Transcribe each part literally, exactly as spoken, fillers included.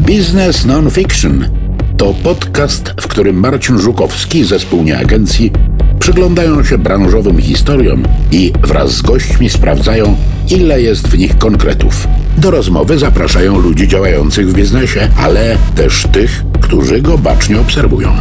Biznes Non-Fiction to podcast, w którym Marcin Żukowski ze spółdzielni agencji przyglądają się branżowym historiom i wraz z gośćmi sprawdzają, ile jest w nich konkretów. Do rozmowy zapraszają ludzi działających w biznesie, ale też tych, którzy go bacznie obserwują.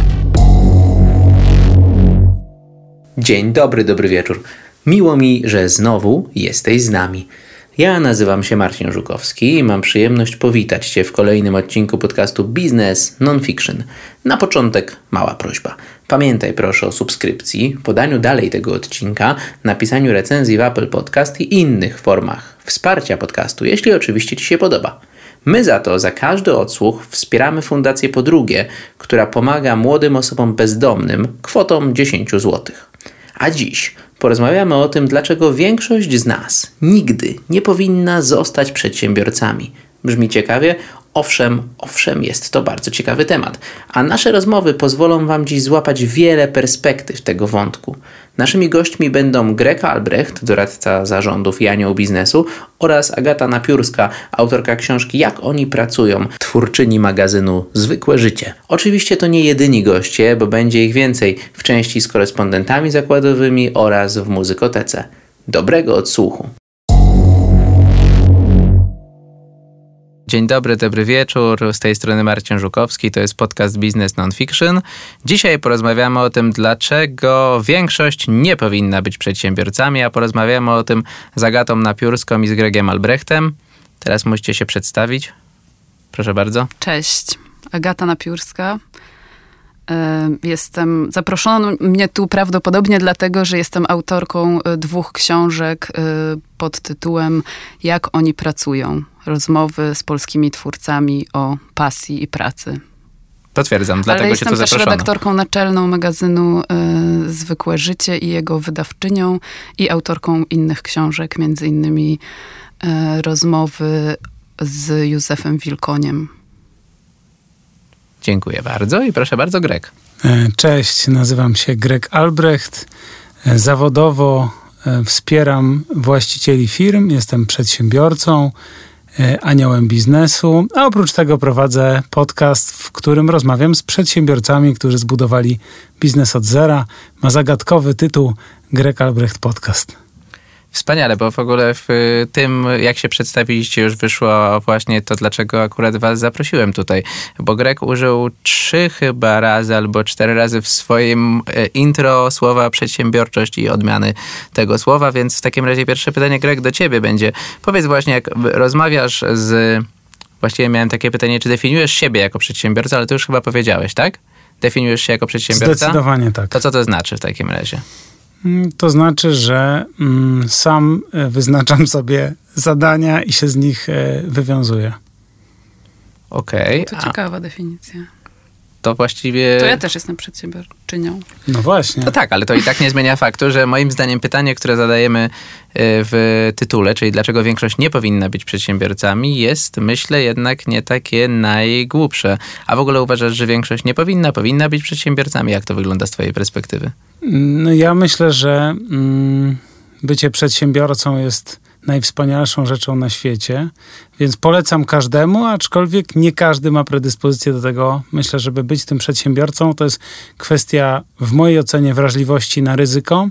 Dzień dobry, dobry wieczór. Miło mi, że znowu jesteś z nami. Ja nazywam się Marcin Żukowski i mam przyjemność powitać Cię w kolejnym odcinku podcastu Biznes Non-Fiction. Na początek mała prośba. Pamiętaj proszę o subskrypcji, podaniu dalej tego odcinka, napisaniu recenzji w Apple Podcast i innych formach wsparcia podcastu, jeśli oczywiście Ci się podoba. My za to, za każdy odsłuch wspieramy Fundację Podrugie, która pomaga młodym osobom bezdomnym kwotą dziesięć złotych. A dziś porozmawiamy o tym, dlaczego większość z nas nigdy nie powinna zostać przedsiębiorcami. Brzmi ciekawie? Owszem, owszem, jest to bardzo ciekawy temat, a nasze rozmowy pozwolą Wam dziś złapać wiele perspektyw tego wątku. Naszymi gośćmi będą Greg Albrecht, doradca zarządów i anioł biznesu, oraz Agata Napiórska, autorka książki Jak oni pracują, twórczyni magazynu Zwykłe Życie. Oczywiście to nie jedyni goście, bo będzie ich więcej w części z korespondentami zakładowymi oraz w Muzykotece. Dobrego odsłuchu. Dzień dobry, dobry wieczór. Z tej strony Marcin Żukowski, to jest podcast Biznes Non-Fiction. Dzisiaj porozmawiamy o tym, dlaczego większość nie powinna być przedsiębiorcami, a porozmawiamy o tym z Agatą Napiórską i z Gregiem Albrechtem. Teraz musicie się przedstawić. Proszę bardzo. Cześć, Agata Napiórska. Jestem, zaproszono mnie tu prawdopodobnie dlatego, że jestem autorką dwóch książek pod tytułem Jak oni pracują. Rozmowy z polskimi twórcami o pasji i pracy. Potwierdzam, dlatego Ale cię tu zaproszono. jestem też redaktorką naczelną magazynu y, Zwykłe Życie i jego wydawczynią i autorką innych książek, między innymi y, rozmowy z Józefem Wilkoniem. Dziękuję bardzo i proszę bardzo, Greg. Cześć, nazywam się Greg Albrecht. Zawodowo wspieram właścicieli firm, jestem przedsiębiorcą, aniołem biznesu, a oprócz tego prowadzę podcast, w którym rozmawiam z przedsiębiorcami, którzy zbudowali biznes od zera. Ma zagadkowy tytuł Greg Albrecht Podcast. Wspaniale, bo w ogóle w tym, jak się przedstawiliście, już wyszło właśnie to, dlaczego akurat was zaprosiłem tutaj. Bo Greg użył trzy chyba razy albo cztery razy w swoim intro słowa przedsiębiorczość i odmiany tego słowa, więc w takim razie pierwsze pytanie, Greg, do ciebie będzie. Powiedz właśnie, jak rozmawiasz z... Właściwie miałem takie pytanie, czy definiujesz siebie jako przedsiębiorca, ale to już chyba powiedziałeś, tak? Definiujesz się jako przedsiębiorca? Zdecydowanie tak. To co to znaczy w takim razie? To znaczy, że mm, sam wyznaczam sobie zadania i się z nich e, wywiązuję. Okej. To a ciekawa definicja. To właściwie... To ja też jestem przedsiębiorczynią. No właśnie. No tak, ale to i tak nie zmienia faktu, że moim zdaniem pytanie, które zadajemy w tytule, czyli dlaczego większość nie powinna być przedsiębiorcami, jest, myślę, jednak nie takie najgłupsze. A w ogóle uważasz, że większość nie powinna, powinna być przedsiębiorcami? Jak to wygląda z twojej perspektywy? No ja myślę, że mm, bycie przedsiębiorcą jest najwspanialszą rzeczą na świecie, więc polecam każdemu, aczkolwiek nie każdy ma predyspozycję do tego. Myślę, żeby być tym przedsiębiorcą, to jest kwestia w mojej ocenie wrażliwości na ryzyko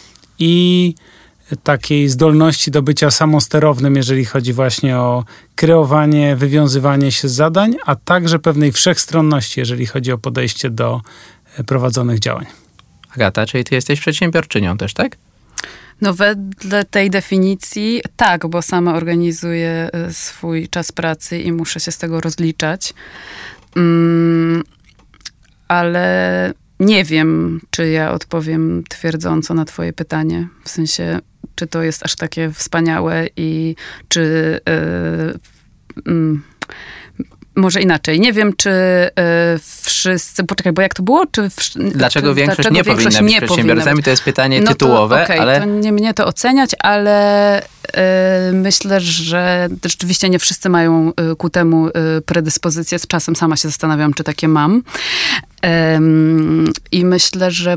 i takiej zdolności do bycia samosterownym, jeżeli chodzi właśnie o kreowanie, wywiązywanie się z zadań, a także pewnej wszechstronności, jeżeli chodzi o podejście do prowadzonych działań. Agata, czyli ty jesteś przedsiębiorczynią też, tak? No wedle tej definicji tak, bo sama organizuję swój czas pracy i muszę się z tego rozliczać. Mm, ale nie wiem, czy ja odpowiem twierdząco na twoje pytanie. W sensie, czy to jest aż takie wspaniałe i czy... Yy, yy, Może inaczej. Nie wiem, czy y, wszyscy... Poczekaj, bo jak to było? Czy w, dlaczego czy, większość dlaczego nie większość powinna nie być przedsiębiorcami? To jest pytanie no tytułowe, to, okay, ale... to nie mnie to oceniać, ale y, myślę, że rzeczywiście nie wszyscy mają y, ku temu y, predyspozycję. Z czasem sama się zastanawiam, czy takie mam. Y, I myślę, że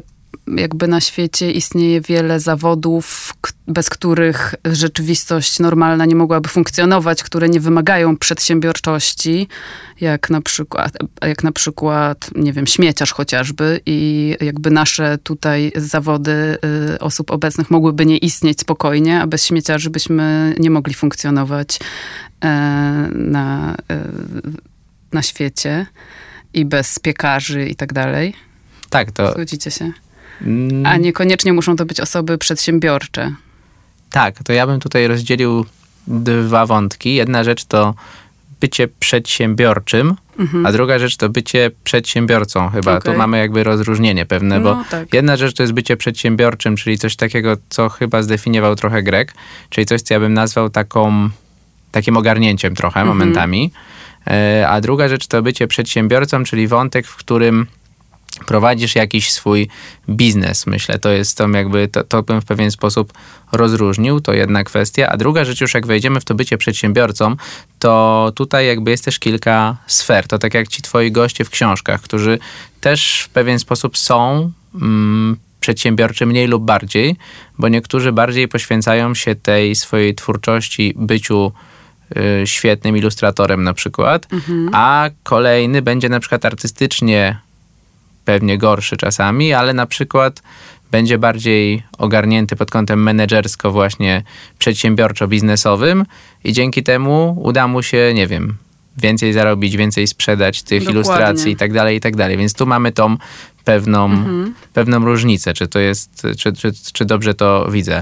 jakby na świecie istnieje wiele zawodów, bez których rzeczywistość normalna nie mogłaby funkcjonować, które nie wymagają przedsiębiorczości, jak na przykład, jak na przykład, nie wiem, śmieciarz chociażby i jakby nasze tutaj zawody y, osób obecnych mogłyby nie istnieć spokojnie, a bez śmieciarzy byśmy nie mogli funkcjonować y, na, y, na świecie i bez piekarzy i tak dalej. Tak, to... Zgodzicie się? A niekoniecznie muszą to być osoby przedsiębiorcze. Tak, to ja bym tutaj rozdzielił dwa wątki. Jedna rzecz to bycie przedsiębiorczym, mhm. a druga rzecz to bycie przedsiębiorcą chyba. Okay. Tu mamy jakby rozróżnienie pewne, bo no, tak. jedna rzecz to jest bycie przedsiębiorczym, czyli coś takiego, co chyba zdefiniował trochę Greg, czyli coś, co ja bym nazwał taką, takim ogarnięciem trochę mhm. momentami. E, a druga rzecz to bycie przedsiębiorcą, czyli wątek, w którym prowadzisz jakiś swój biznes, myślę. To jest to jakby, to, to bym w pewien sposób rozróżnił, to jedna kwestia. A druga rzecz, już jak wejdziemy w to bycie przedsiębiorcą, to tutaj jakby jest też kilka sfer. To tak jak ci twoi goście w książkach, którzy też w pewien sposób są mm, przedsiębiorczy mniej lub bardziej, bo niektórzy bardziej poświęcają się tej swojej twórczości, byciu y, świetnym ilustratorem na przykład, mhm. a kolejny będzie na przykład artystycznie pewnie gorszy czasami, ale na przykład będzie bardziej ogarnięty pod kątem menedżersko właśnie przedsiębiorczo-biznesowym i dzięki temu uda mu się, nie wiem, więcej zarobić, więcej sprzedać tych Dokładnie. ilustracji i tak dalej, i tak dalej. Więc tu mamy tą pewną, mhm. pewną różnicę. Czy to jest, czy, czy, czy dobrze to widzę?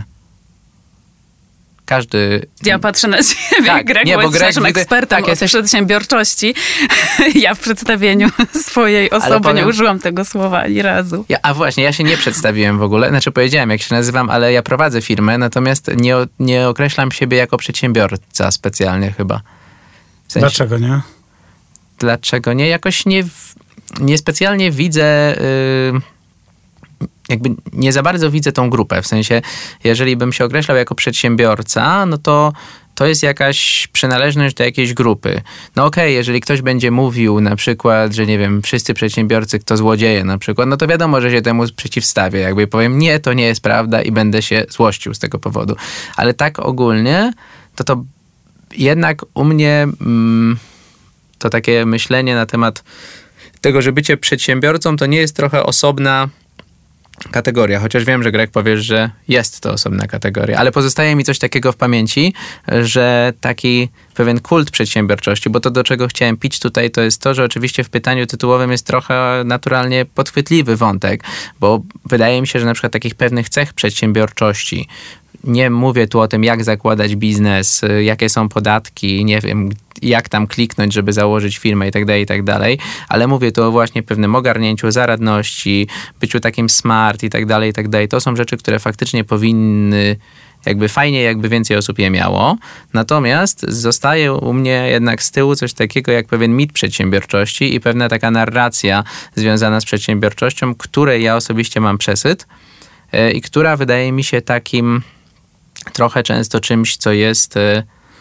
Każdy... Ja patrzę na ciebie, tak, Greg, nie, bo jesteś naszym widzę, ekspertem tak, od jesteś... przedsiębiorczości. Ja w przedstawieniu swojej osoby powiem, nie użyłam tego słowa ani razu. Ja, a właśnie, ja się nie przedstawiłem w ogóle. Znaczy powiedziałem, jak się nazywam, ale ja prowadzę firmę, natomiast nie, nie określam siebie jako przedsiębiorca specjalnie chyba. W sensie, dlaczego nie? Dlaczego nie? Jakoś nie, niespecjalnie widzę... Yy, jakby nie za bardzo widzę tą grupę. W sensie, jeżeli bym się określał jako przedsiębiorca, no to to jest jakaś przynależność do jakiejś grupy. No okej, okay, jeżeli ktoś będzie mówił na przykład, że nie wiem, wszyscy przedsiębiorcy to złodzieje na przykład, no to wiadomo, że się temu przeciwstawię. Jakby powiem, nie, to nie jest prawda i będę się złościł z tego powodu. Ale tak ogólnie, to to jednak u mnie mm, to takie myślenie na temat tego, że bycie przedsiębiorcą to nie jest trochę osobna kategoria, chociaż wiem, że Greg powiesz, że jest to osobna kategoria, ale pozostaje mi coś takiego w pamięci, że taki pewien kult przedsiębiorczości, bo to, do czego chciałem pić tutaj, to jest to, że oczywiście w pytaniu tytułowym jest trochę naturalnie podchwytliwy wątek, bo wydaje mi się, że na przykład takich pewnych cech przedsiębiorczości, nie mówię tu o tym, jak zakładać biznes, jakie są podatki, nie wiem, jak tam kliknąć, żeby założyć firmę i tak dalej, i tak dalej, ale mówię tu o właśnie pewnym ogarnięciu, zaradności, byciu takim smart i tak dalej, i tak dalej. To są rzeczy, które faktycznie powinny, jakby fajnie, jakby więcej osób je miało. Natomiast zostaje u mnie jednak z tyłu coś takiego jak pewien mit przedsiębiorczości i pewna taka narracja związana z przedsiębiorczością, której ja osobiście mam przesyt i która wydaje mi się takim trochę często czymś, co jest e,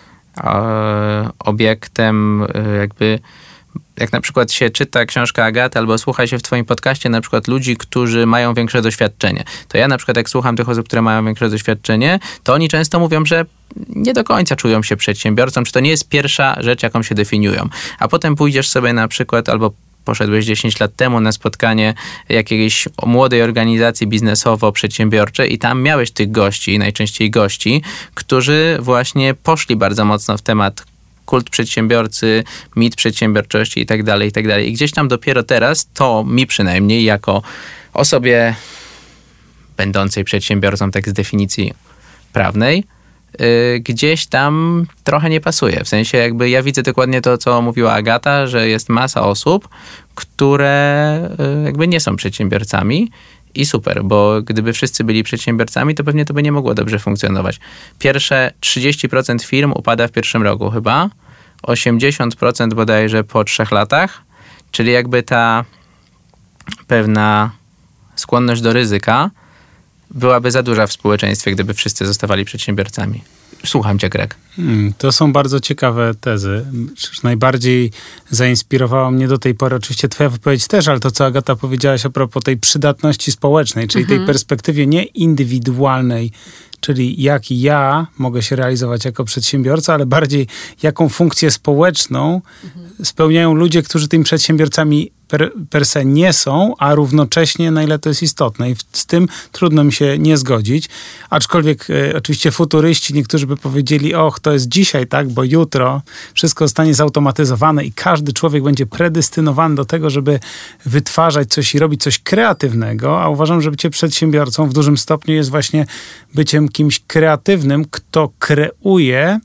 obiektem e, jakby, jak na przykład się czyta książkę Agaty albo słucha się w twoim podcaście na przykład ludzi, którzy mają większe doświadczenie. To ja na przykład jak słucham tych osób, które mają większe doświadczenie, to oni często mówią, że nie do końca czują się przedsiębiorcą, czy to nie jest pierwsza rzecz, jaką się definiują. A potem pójdziesz sobie na przykład albo poszedłeś dziesięć lat temu na spotkanie jakiejś młodej organizacji biznesowo-przedsiębiorczej i tam miałeś tych gości, najczęściej gości, którzy właśnie poszli bardzo mocno w temat kult przedsiębiorcy, mit przedsiębiorczości i tak dalej, i tak dalej. I gdzieś tam dopiero teraz, to mi przynajmniej jako osobie będącej przedsiębiorcą, tak z definicji prawnej, Yy, gdzieś tam trochę nie pasuje. W sensie jakby ja widzę dokładnie to, co mówiła Agata, że jest masa osób, które yy, jakby nie są przedsiębiorcami i super, bo gdyby wszyscy byli przedsiębiorcami, to pewnie to by nie mogło dobrze funkcjonować. Pierwsze trzydzieści procent firm upada w pierwszym roku chyba, osiemdziesiąt procent bodajże po trzech latach, czyli jakby ta pewna skłonność do ryzyka byłaby za duża w społeczeństwie, gdyby wszyscy zostawali przedsiębiorcami. Słucham cię, Greg. Hmm, to są bardzo ciekawe tezy. Najbardziej zainspirowało mnie do tej pory oczywiście twoja wypowiedź też, ale to, co Agata powiedziałaś a propos tej przydatności społecznej, czyli mhm. tej perspektywie nie indywidualnej, czyli jak ja mogę się realizować jako przedsiębiorca, ale bardziej jaką funkcję społeczną mhm. spełniają ludzie, którzy tymi przedsiębiorcami per, per se nie są, a równocześnie na ile to jest istotne. I z tym trudno mi się nie zgodzić. Aczkolwiek e, oczywiście futuryści, niektórzy by powiedzieli, och, to jest dzisiaj, tak, bo jutro wszystko zostanie zautomatyzowane i każdy człowiek będzie predestynowany do tego, żeby wytwarzać coś i robić coś kreatywnego, a uważam, że bycie przedsiębiorcą w dużym stopniu jest właśnie byciem kimś kreatywnym, kto kreuje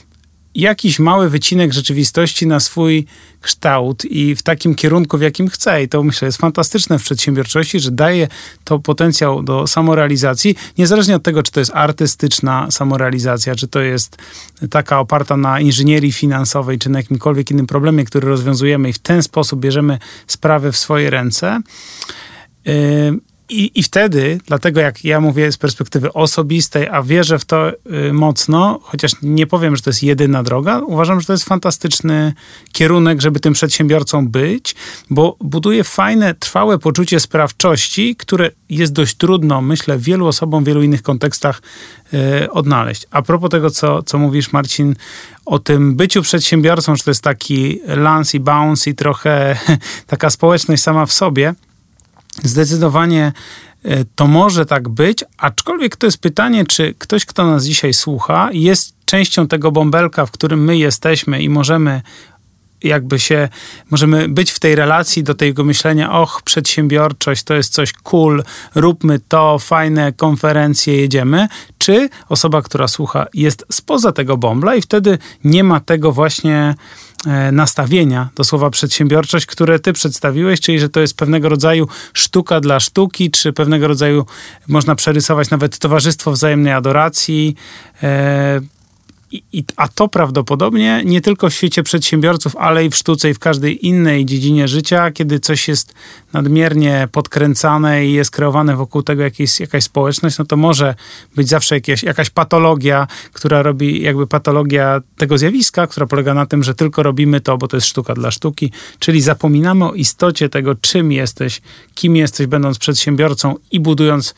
jakiś mały wycinek rzeczywistości na swój kształt i w takim kierunku, w jakim chce. I to myślę jest fantastyczne w przedsiębiorczości, że daje to potencjał do samorealizacji, niezależnie od tego, czy to jest artystyczna samorealizacja, czy to jest taka oparta na inżynierii finansowej, czy na jakimkolwiek innym problemie, który rozwiązujemy i w ten sposób bierzemy sprawy w swoje ręce. Yy, I, I wtedy, dlatego jak ja mówię z perspektywy osobistej, a wierzę w to y, mocno, chociaż nie powiem, że to jest jedyna droga, uważam, że to jest fantastyczny kierunek, żeby tym przedsiębiorcą być, bo buduje fajne, trwałe poczucie sprawczości, które jest dość trudno, myślę, wielu osobom w wielu innych kontekstach y, odnaleźć. A propos tego, co, co mówisz, Marcin, o tym byciu przedsiębiorcą, że to jest taki lance i bounce i trochę taka społeczność sama w sobie, zdecydowanie to może tak być, aczkolwiek to jest pytanie, czy ktoś, kto nas dzisiaj słucha, jest częścią tego bąbelka, w którym my jesteśmy i możemy jakby się, możemy być w tej relacji do tego myślenia, och, przedsiębiorczość to jest coś cool, róbmy to, fajne konferencje, jedziemy, czy osoba, która słucha, jest spoza tego bąbla i wtedy nie ma tego właśnie nastawienia do słowa przedsiębiorczość, które ty przedstawiłeś, czyli że to jest pewnego rodzaju sztuka dla sztuki, czy pewnego rodzaju można przerysować nawet towarzystwo wzajemnej adoracji. E, i, i, a to prawdopodobnie nie tylko w świecie przedsiębiorców, ale i w sztuce i w każdej innej dziedzinie życia, kiedy coś jest nadmiernie podkręcane i jest kreowane wokół tego jakieś, jakaś społeczność, no to może być zawsze jakieś, jakaś patologia, która robi jakby patologia tego zjawiska, która polega na tym, że tylko robimy to, bo to jest sztuka dla sztuki, czyli zapominamy o istocie tego, czym jesteś, kim jesteś, będąc przedsiębiorcą i budując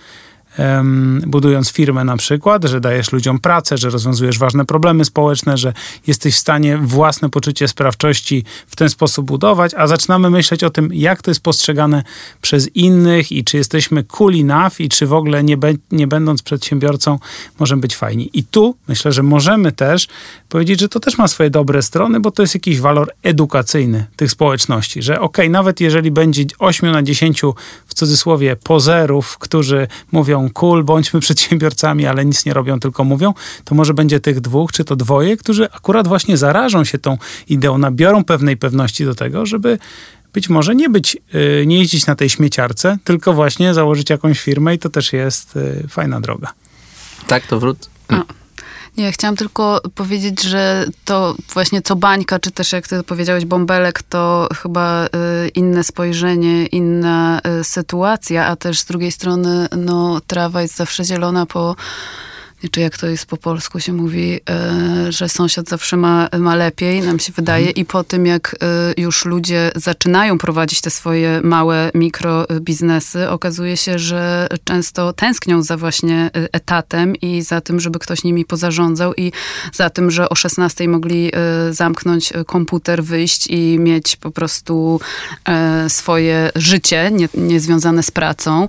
Um, budując firmę na przykład, że dajesz ludziom pracę, że rozwiązujesz ważne problemy społeczne, że jesteś w stanie własne poczucie sprawczości w ten sposób budować, a zaczynamy myśleć o tym, jak to jest postrzegane przez innych i czy jesteśmy cool enough i czy w ogóle nie, be- nie będąc przedsiębiorcą możemy być fajni. I tu myślę, że możemy też powiedzieć, że to też ma swoje dobre strony, bo to jest jakiś walor edukacyjny tych społeczności, że okej, okay, nawet jeżeli będzie osiem na dziesięć w cudzysłowie pozerów, którzy mówią cool, bądźmy przedsiębiorcami, ale nic nie robią, tylko mówią, to może będzie tych dwóch, czy to dwoje, którzy akurat właśnie zarażą się tą ideą, nabiorą pewnej pewności do tego, żeby być może nie być, yy, nie jeździć na tej śmieciarce, tylko właśnie założyć jakąś firmę i to też jest yy, fajna droga. Tak, to wróć. A. Nie, chciałam tylko powiedzieć, że to właśnie co bańka, czy też jak ty powiedziałeś bąbelek, to chyba y, inne spojrzenie, inna y, sytuacja, a też z drugiej strony no trawa jest zawsze zielona po, czy jak to jest po polsku się mówi, y, że sąsiad zawsze ma, ma lepiej, nam się wydaje mhm. i po tym jak y, już ludzie zaczynają prowadzić te swoje małe mikrobiznesy, okazuje się, że często tęsknią za właśnie etatem i za tym, żeby ktoś nimi pozarządzał i za tym, że o szesnastej mogli y, zamknąć komputer, wyjść i mieć po prostu y, swoje życie nie, niezwiązane z pracą.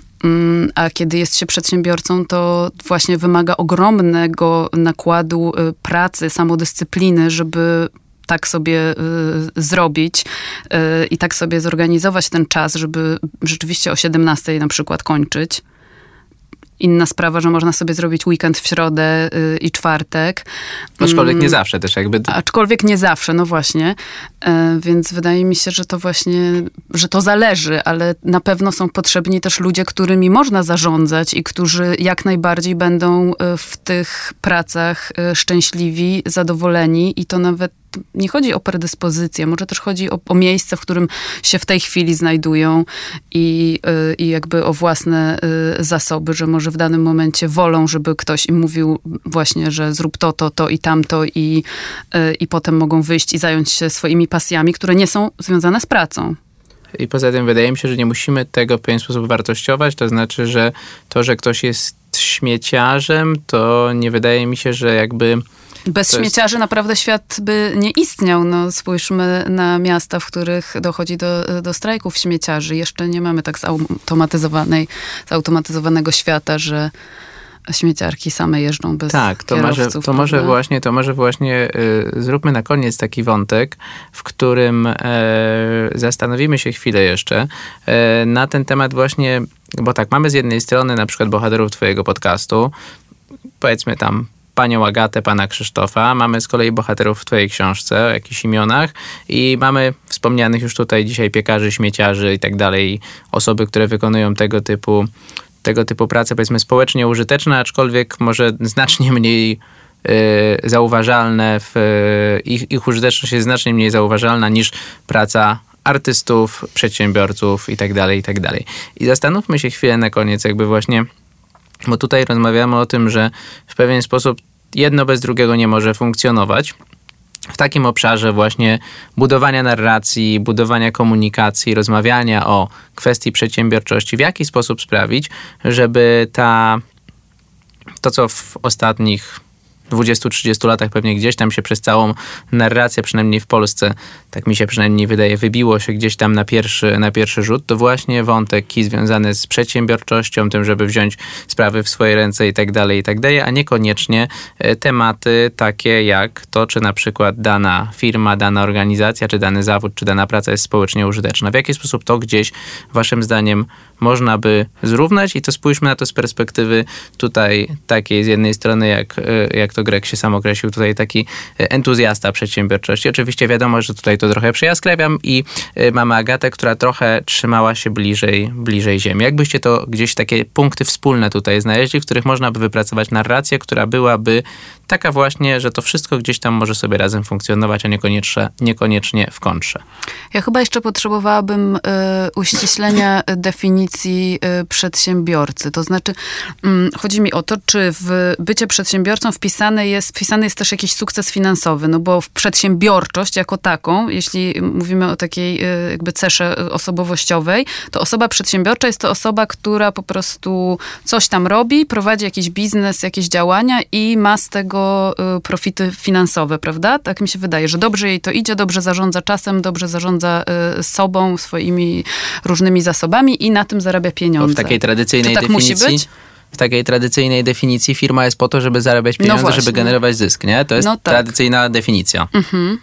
A kiedy jest się przedsiębiorcą, to właśnie wymaga ogromnego nakładu pracy, samodyscypliny, żeby tak sobie y, zrobić y, i tak sobie zorganizować ten czas, żeby rzeczywiście o siedemnastej na przykład kończyć. Inna sprawa, że można sobie zrobić weekend w środę yy, i czwartek. Aczkolwiek nie zawsze też jakby. Aczkolwiek nie zawsze, no właśnie. Yy, więc wydaje mi się, że to właśnie, że to zależy, ale na pewno są potrzebni też ludzie, którymi można zarządzać i którzy jak najbardziej będą w tych pracach szczęśliwi, zadowoleni i to nawet nie chodzi o predyspozycję, może też chodzi o, o miejsce, w którym się w tej chwili znajdują i, y, i jakby o własne y, zasoby, że może w danym momencie wolą, żeby ktoś im mówił właśnie, że zrób to, to, to i tamto i, y, i potem mogą wyjść i zająć się swoimi pasjami, które nie są związane z pracą. I poza tym wydaje mi się, że nie musimy tego w pewien sposób wartościować, to znaczy, że to, że ktoś jest śmieciarzem, to nie wydaje mi się, że jakby... Bez to śmieciarzy jest... naprawdę świat by nie istniał. No, spójrzmy na miasta, w których dochodzi do, do strajków śmieciarzy. Jeszcze nie mamy tak zautomatyzowanej, zautomatyzowanego świata, że śmieciarki same jeżdżą bez tak, to może, to może właśnie, to może właśnie y, zróbmy na koniec taki wątek, w którym y, zastanowimy się chwilę jeszcze y, na ten temat właśnie, bo tak, mamy z jednej strony na przykład bohaterów twojego podcastu, powiedzmy tam panią Agatę, pana Krzysztofa, mamy z kolei bohaterów w twojej książce o jakichś imionach i mamy wspomnianych już tutaj dzisiaj piekarzy, śmieciarzy i tak dalej, osoby, które wykonują tego typu tego typu prace, powiedzmy, społecznie użyteczne, aczkolwiek może znacznie mniej y, zauważalne, w, y, ich, ich użyteczność jest znacznie mniej zauważalna niż praca artystów, przedsiębiorców i tak dalej, i tak dalej. I zastanówmy się chwilę na koniec, jakby właśnie, bo tutaj rozmawiamy o tym, że w pewien sposób jedno bez drugiego nie może funkcjonować. W takim obszarze właśnie budowania narracji, budowania komunikacji, rozmawiania o kwestii przedsiębiorczości, w jaki sposób sprawić, żeby ta, to co w ostatnich dwudziestu trzydziestu latach pewnie gdzieś tam się przez całą narrację, przynajmniej w Polsce, tak mi się przynajmniej wydaje, wybiło się gdzieś tam na pierwszy, na pierwszy rzut, to właśnie wątki związane z przedsiębiorczością, tym, żeby wziąć sprawy w swoje ręce i tak dalej, i tak dalej, a niekoniecznie tematy takie jak to, czy na przykład dana firma, dana organizacja, czy dany zawód, czy dana praca jest społecznie użyteczna. W jaki sposób to gdzieś waszym zdaniem można by zrównać i to spójrzmy na to z perspektywy tutaj takiej z jednej strony, jak, jak to Greg się sam określił, tutaj taki entuzjasta przedsiębiorczości. Oczywiście wiadomo, że tutaj to trochę przyjaskrawiam i mamy Agatę, która trochę trzymała się bliżej, bliżej ziemi. Jakbyście to gdzieś takie punkty wspólne tutaj znaleźli, w których można by wypracować narrację, która byłaby taka właśnie, że to wszystko gdzieś tam może sobie razem funkcjonować, a niekoniecznie, niekoniecznie w kontrze. Ja chyba jeszcze potrzebowałabym y, uściślenia definicji y, przedsiębiorcy. To znaczy, y, chodzi mi o to, czy w bycie przedsiębiorcą wpisany jest, wpisany jest też jakiś sukces finansowy, no bo w przedsiębiorczość jako taką, jeśli mówimy o takiej y, jakby cesze osobowościowej, to osoba przedsiębiorcza jest to osoba, która po prostu coś tam robi, prowadzi jakiś biznes, jakieś działania i ma z tego profity finansowe, prawda? Tak mi się wydaje, że dobrze jej to idzie, dobrze zarządza czasem, dobrze zarządza y, sobą, swoimi różnymi zasobami i na tym zarabia pieniądze. Bo w takiej tradycyjnej Czy tak definicji... musi być? W takiej tradycyjnej definicji firma jest po to, żeby zarabiać pieniądze, no żeby generować zysk, nie? To jest no tak. tradycyjna definicja. Mhm.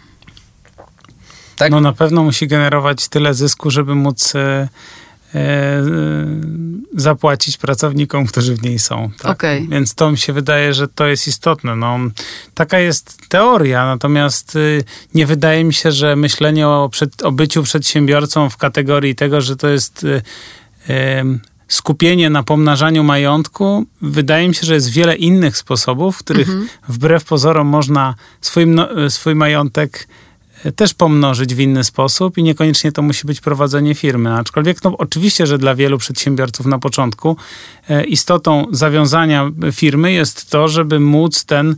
Tak? No na pewno musi generować tyle zysku, żeby móc e, e, zapłacić pracownikom, którzy w niej są. Tak? Okay. Więc to mi się wydaje, że to jest istotne. No, taka jest teoria, natomiast y, nie wydaje mi się, że myślenie o, przed, o byciu przedsiębiorcą w kategorii tego, że to jest y, y, skupienie na pomnażaniu majątku, wydaje mi się, że jest wiele innych sposobów, w których mhm. wbrew pozorom można swój, swój majątek też pomnożyć w inny sposób i niekoniecznie to musi być prowadzenie firmy. Aczkolwiek no, oczywiście, że dla wielu przedsiębiorców na początku e, istotą zawiązania firmy jest to, żeby móc ten, e,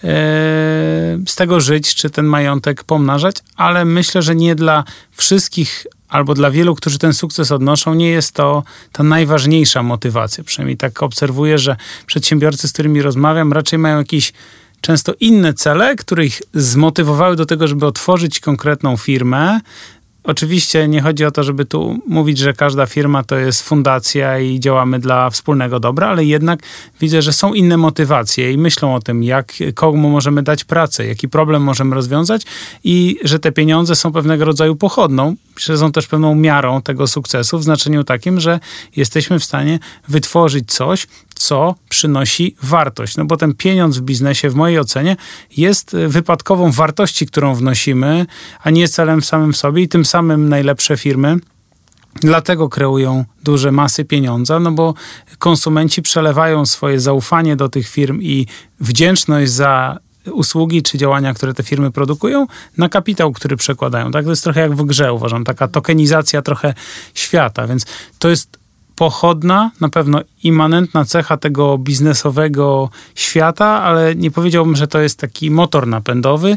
z tego żyć, czy ten majątek pomnażać, ale myślę, że nie dla wszystkich albo dla wielu, którzy ten sukces odnoszą, nie jest to ta najważniejsza motywacja. Przynajmniej tak obserwuję, że przedsiębiorcy, z którymi rozmawiam, raczej mają jakiś często inne cele, które ich zmotywowały do tego, żeby otworzyć konkretną firmę. Oczywiście nie chodzi o to, żeby tu mówić, że każda firma to jest fundacja i działamy dla wspólnego dobra, ale jednak widzę, że są inne motywacje i myślą o tym, jak, komu możemy dać pracę, jaki problem możemy rozwiązać i że te pieniądze są pewnego rodzaju pochodną, że są też pewną miarą tego sukcesu w znaczeniu takim, że jesteśmy w stanie wytworzyć coś, co przynosi wartość. No bo ten pieniądz w biznesie w mojej ocenie jest wypadkową wartości, którą wnosimy, a nie celem samym w sobie i tym samym najlepsze firmy dlatego kreują duże masy pieniądza, no bo konsumenci przelewają swoje zaufanie do tych firm i wdzięczność za usługi czy działania, które te firmy produkują, na kapitał, który przekładają. Tak? To jest trochę jak w grze, uważam, taka tokenizacja trochę świata, więc to jest pochodna, na pewno immanentna cecha tego biznesowego świata, ale nie powiedziałbym, że to jest taki motor napędowy.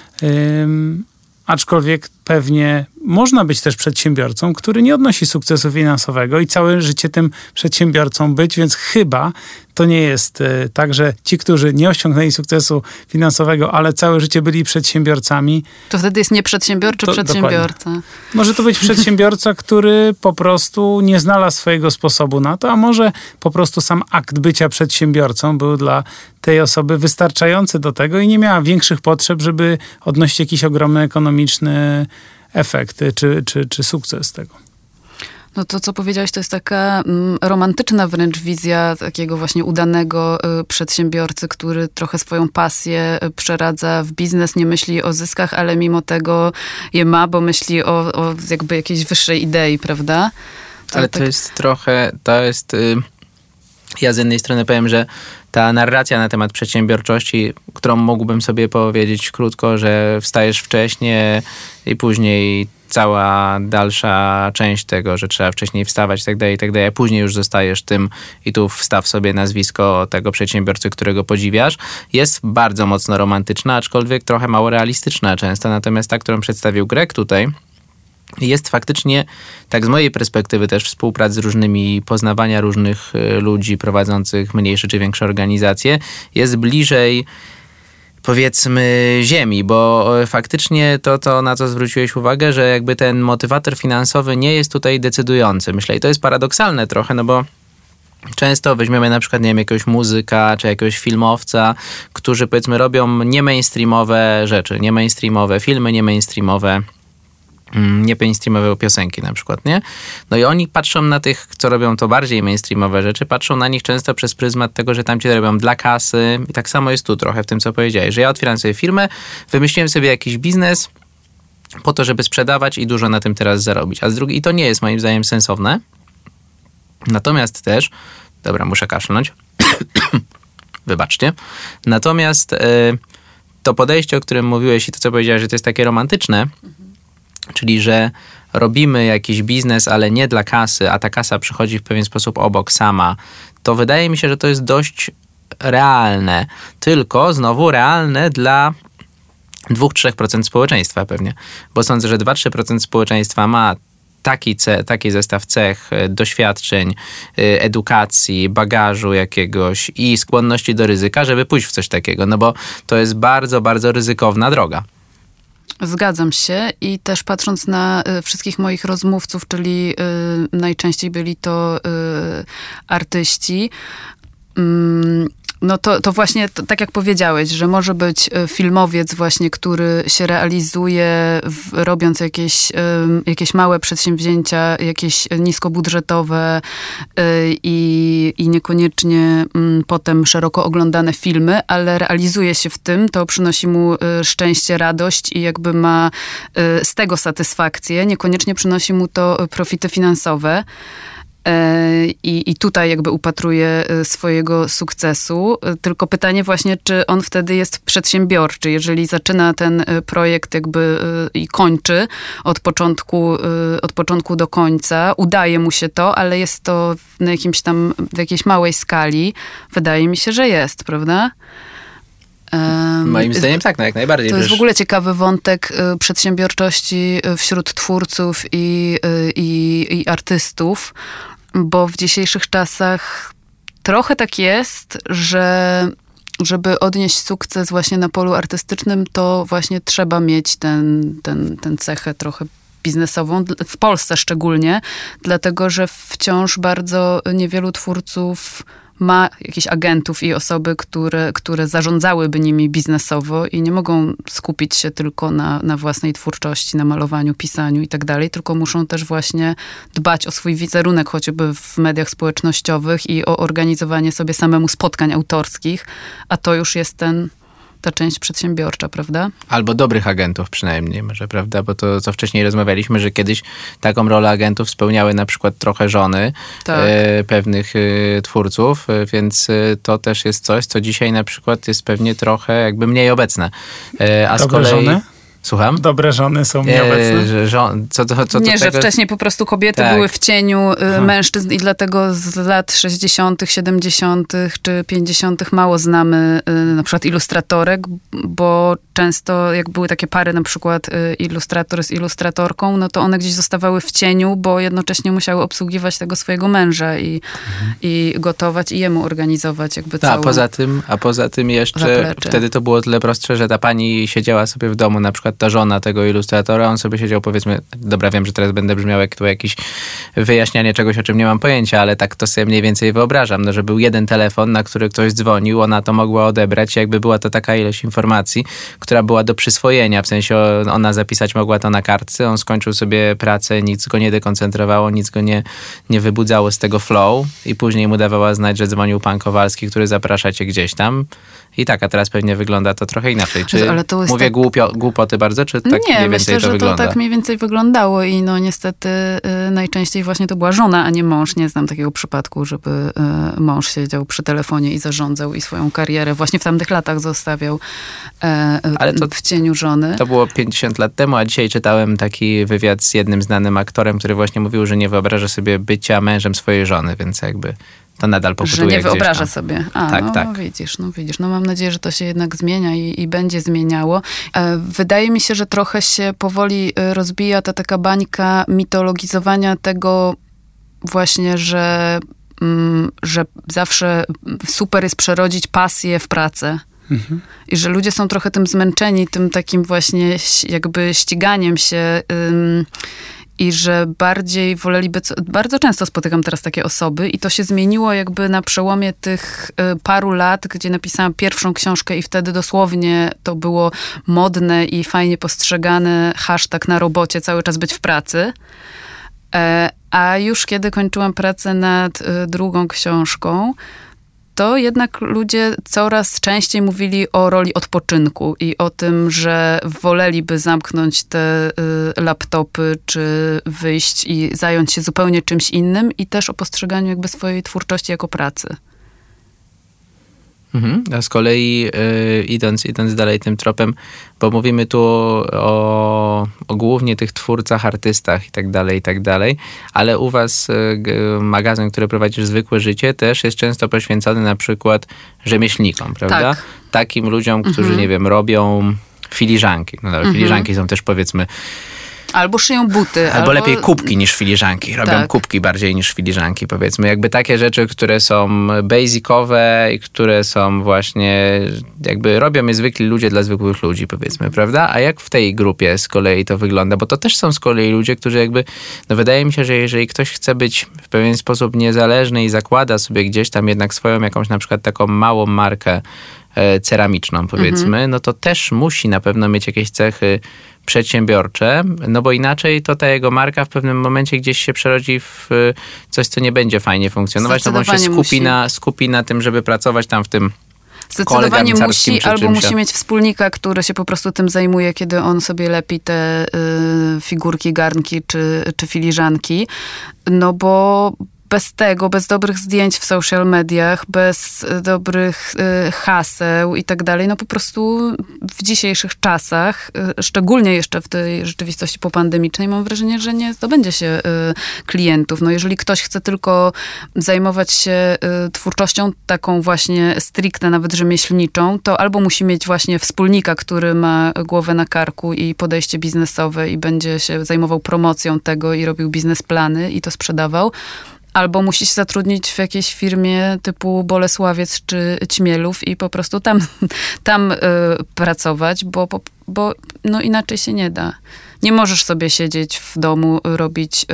Ym, aczkolwiek pewnie można być też przedsiębiorcą, który nie odnosi sukcesu finansowego i całe życie tym przedsiębiorcą być, więc chyba to nie jest y, tak, że ci, którzy nie osiągnęli sukcesu finansowego, ale całe życie byli przedsiębiorcami. To wtedy jest nie przedsiębiorczy, to, przedsiębiorca. Dokładnie. Może to być przedsiębiorca, który po prostu nie znalazł swojego sposobu na to, a może po prostu sam akt bycia przedsiębiorcą był dla tej osoby wystarczający do tego i nie miała większych potrzeb, żeby odnosić jakiś ogromny ekonomiczny efekt czy, czy, czy sukces tego. No to, co powiedziałeś, to jest taka mm, romantyczna wręcz wizja takiego właśnie udanego y, przedsiębiorcy, który trochę swoją pasję y, przeradza w biznes, nie myśli o zyskach, ale mimo tego je ma, bo myśli o, o jakby jakiejś wyższej idei, prawda? To ale tak... to jest trochę, to jest... Y- Ja z jednej strony powiem, że ta narracja na temat przedsiębiorczości, którą mógłbym sobie powiedzieć krótko, że wstajesz wcześnie i później cała dalsza część tego, że trzeba wcześniej wstawać i tak dalej, i tak dalej, a później już zostajesz tym i tu wstaw sobie nazwisko tego przedsiębiorcy, którego podziwiasz, jest bardzo mocno romantyczna, aczkolwiek trochę mało realistyczna często. Natomiast ta, którą przedstawił Greg tutaj, jest faktycznie, tak z mojej perspektywy też współprac z różnymi, poznawania różnych ludzi prowadzących mniejsze czy większe organizacje, jest bliżej, powiedzmy, ziemi, bo faktycznie to, to, na co zwróciłeś uwagę, że jakby ten motywator finansowy nie jest tutaj decydujący. Myślę, i to jest paradoksalne trochę, no bo często weźmiemy na przykład, nie wiem, jakiegoś muzyka, czy jakiegoś filmowca, którzy, powiedzmy, robią nie mainstreamowe rzeczy, nie mainstreamowe filmy, nie mainstreamowe nie mainstreamowe piosenki na przykład, nie? No i oni patrzą na tych, co robią to bardziej mainstreamowe rzeczy, patrzą na nich często przez pryzmat tego, że tamci to robią dla kasy i tak samo jest tu trochę w tym, co powiedziałeś, że ja otwieram sobie firmę, wymyśliłem sobie jakiś biznes po to, żeby sprzedawać i dużo na tym teraz zarobić, a z drugiej, i to nie jest moim zdaniem sensowne. Natomiast też, dobra, muszę kaszlnąć, wybaczcie, natomiast y, to podejście, o którym mówiłeś i to, co powiedziałeś, że to jest takie romantyczne, czyli że robimy jakiś biznes, ale nie dla kasy, a ta kasa przychodzi w pewien sposób obok sama, to wydaje mi się, że to jest dość realne. Tylko znowu realne dla dwa do trzech procent społeczeństwa pewnie. Bo sądzę, że dwa do trzech procent społeczeństwa ma taki, ce, taki zestaw cech, doświadczeń, edukacji, bagażu jakiegoś i skłonności do ryzyka, żeby pójść w coś takiego. No bo to jest bardzo, bardzo ryzykowna droga. Zgadzam się i też patrząc na y, wszystkich moich rozmówców, czyli y, najczęściej byli to y, artyści, y, no to, to właśnie to, tak jak powiedziałeś, że może być filmowiec właśnie, który się realizuje w, robiąc jakieś, y, jakieś małe przedsięwzięcia, jakieś niskobudżetowe y, i, i niekoniecznie y, potem szeroko oglądane filmy, ale realizuje się w tym, to przynosi mu y, szczęście, radość i jakby ma y, z tego satysfakcję. Niekoniecznie przynosi mu to profity finansowe. I, I tutaj jakby upatruje swojego sukcesu. Tylko pytanie właśnie, czy on wtedy jest przedsiębiorczy. Jeżeli zaczyna ten projekt jakby i kończy od początku, od początku do końca, udaje mu się to, ale jest to na jakimś tam, w jakiejś małej skali. Wydaje mi się, że jest, prawda? Moim zdaniem tak, no jak najbardziej. To jest w ogóle ciekawy wątek przedsiębiorczości wśród twórców i, i, i artystów, bo w dzisiejszych czasach trochę tak jest, że żeby odnieść sukces właśnie na polu artystycznym, to właśnie trzeba mieć ten, ten, ten cechę trochę biznesową, w Polsce szczególnie, dlatego że wciąż bardzo niewielu twórców ma jakichś agentów i osoby, które, które zarządzałyby nimi biznesowo i nie mogą skupić się tylko na, na własnej twórczości, na malowaniu, pisaniu i tak dalej, tylko muszą też właśnie dbać o swój wizerunek, choćby w mediach społecznościowych i o organizowanie sobie samemu spotkań autorskich, a to już jest ten ta część przedsiębiorcza, prawda? Albo dobrych agentów przynajmniej, może, prawda? Bo to, co wcześniej rozmawialiśmy, że kiedyś taką rolę agentów spełniały na przykład trochę żony Tak. e, pewnych e, twórców, e, więc e, to też jest coś, co dzisiaj na przykład jest pewnie trochę jakby mniej obecne. E, a Dobre z kolei... żony? Słucham? Dobre żony są nieobecne? E, że żon... co, co, co Nie, do że tego... wcześniej po prostu kobiety Tak. były w cieniu y, mężczyzn i dlatego z lat sześćdziesiątych, siedemdziesiątych czy pięćdziesiątych mało znamy y, na przykład ilustratorek, bo często jak były takie pary, na przykład y, ilustrator z ilustratorką, no to one gdzieś zostawały w cieniu, bo jednocześnie musiały obsługiwać tego swojego męża i, mhm. i gotować i jemu organizować jakby No, całą... a poza tym, a poza tym jeszcze zaplecze. Wtedy to było tyle prostsze, że ta pani siedziała sobie w domu, na przykład ta żona tego ilustratora, on sobie siedział, powiedzmy, dobra, wiem, że teraz będę brzmiał jak tu jakieś wyjaśnianie czegoś, o czym nie mam pojęcia, ale tak to sobie mniej więcej wyobrażam, no, że był jeden telefon, na który ktoś dzwonił, ona to mogła odebrać, jakby była to taka ilość informacji, która była do przyswojenia, w sensie ona zapisać mogła to na kartce, on skończył sobie pracę, nic go nie dekoncentrowało, nic go nie, nie wybudzało z tego flow i później mu dawała znać, że dzwonił pan Kowalski, który zaprasza cię gdzieś tam. I tak, a teraz pewnie wygląda to trochę inaczej. Czy Ale to jest mówię tak... głupio, głupoty bardzo, czy tak nie, mniej więcej myślę, to że wygląda? to tak mniej więcej wyglądało i no niestety y, najczęściej właśnie to była żona, a nie mąż. Nie znam takiego przypadku, żeby y, mąż siedział przy telefonie i zarządzał i swoją karierę właśnie w tamtych latach zostawiał y, Ale to, w cieniu żony. To było pięćdziesiąt lat temu, a dzisiaj czytałem taki wywiad z jednym znanym aktorem, który właśnie mówił, że nie wyobraża sobie bycia mężem swojej żony, więc jakby to nadal poputuje Że nie gdzieś wyobraża tam. sobie. A, tak, no, tak. no widzisz, no widzisz. No mam nadzieję, że to się jednak zmienia i, i będzie zmieniało. E, wydaje mi się, że trochę się powoli rozbija ta taka bańka mitologizowania tego właśnie, że, mm, że zawsze super jest przerodzić pasję w pracę. Mhm. I że ludzie są trochę tym zmęczeni, tym takim właśnie jakby ściganiem się ym, i że bardziej woleliby, co, bardzo często spotykam teraz takie osoby i to się zmieniło jakby na przełomie tych y, paru lat, gdzie napisałam pierwszą książkę i wtedy dosłownie to było modne i fajnie postrzegane, hashtag na robocie, cały czas być w pracy. E, a już kiedy kończyłam pracę nad y, drugą książką, to jednak ludzie coraz częściej mówili o roli odpoczynku i o tym, że woleliby zamknąć te y, laptopy, czy wyjść i zająć się zupełnie czymś innym i też o postrzeganiu jakby swojej twórczości jako pracy. Mhm. A z kolei y, idąc, idąc dalej tym tropem, bo mówimy tu o, o głównie tych twórcach, artystach i tak dalej, i tak dalej, ale u was y, magazyn, który prowadzisz Zwykłe Życie, też jest często poświęcony na przykład rzemieślnikom, prawda? Tak. Takim ludziom, którzy, Mhm. nie wiem, robią filiżanki. No, mhm. Filiżanki są też, powiedzmy, Albo szyją buty. Albo, albo lepiej kubki niż filiżanki. Robią tak. kubki bardziej niż filiżanki, powiedzmy. Jakby takie rzeczy, które są basicowe i które są właśnie, jakby robią je zwykli ludzie dla zwykłych ludzi, powiedzmy, prawda? A jak w tej grupie z kolei to wygląda? Bo to też są z kolei ludzie, którzy jakby, no wydaje mi się, że jeżeli ktoś chce być w pewien sposób niezależny i zakłada sobie gdzieś tam jednak swoją jakąś na przykład taką małą markę e, ceramiczną, powiedzmy, mhm. no to też musi na pewno mieć jakieś cechy przedsiębiorcze, no bo inaczej to ta jego marka w pewnym momencie gdzieś się przerodzi w coś, co nie będzie fajnie funkcjonować, no bo on się skupi na, skupi na tym, żeby pracować tam w tym Zdecydowanie musi, albo czymś. musi mieć wspólnika, który się po prostu tym zajmuje, kiedy on sobie lepi te y, figurki, garnki czy, czy filiżanki, no bo bez tego, bez dobrych zdjęć w social mediach, bez dobrych y, haseł i tak dalej, no po prostu w dzisiejszych czasach, y, szczególnie jeszcze w tej rzeczywistości popandemicznej, mam wrażenie, że nie zdobędzie się y, klientów. No jeżeli ktoś chce tylko zajmować się y, twórczością taką właśnie stricte, nawet rzemieślniczą, to albo musi mieć właśnie wspólnika, który ma głowę na karku i podejście biznesowe i będzie się zajmował promocją tego i robił biznesplany i to sprzedawał, albo musi się zatrudnić w jakiejś firmie typu Bolesławiec czy Ćmielów i po prostu tam, tam y, pracować, bo, bo, bo no inaczej się nie da. Nie możesz sobie siedzieć w domu, robić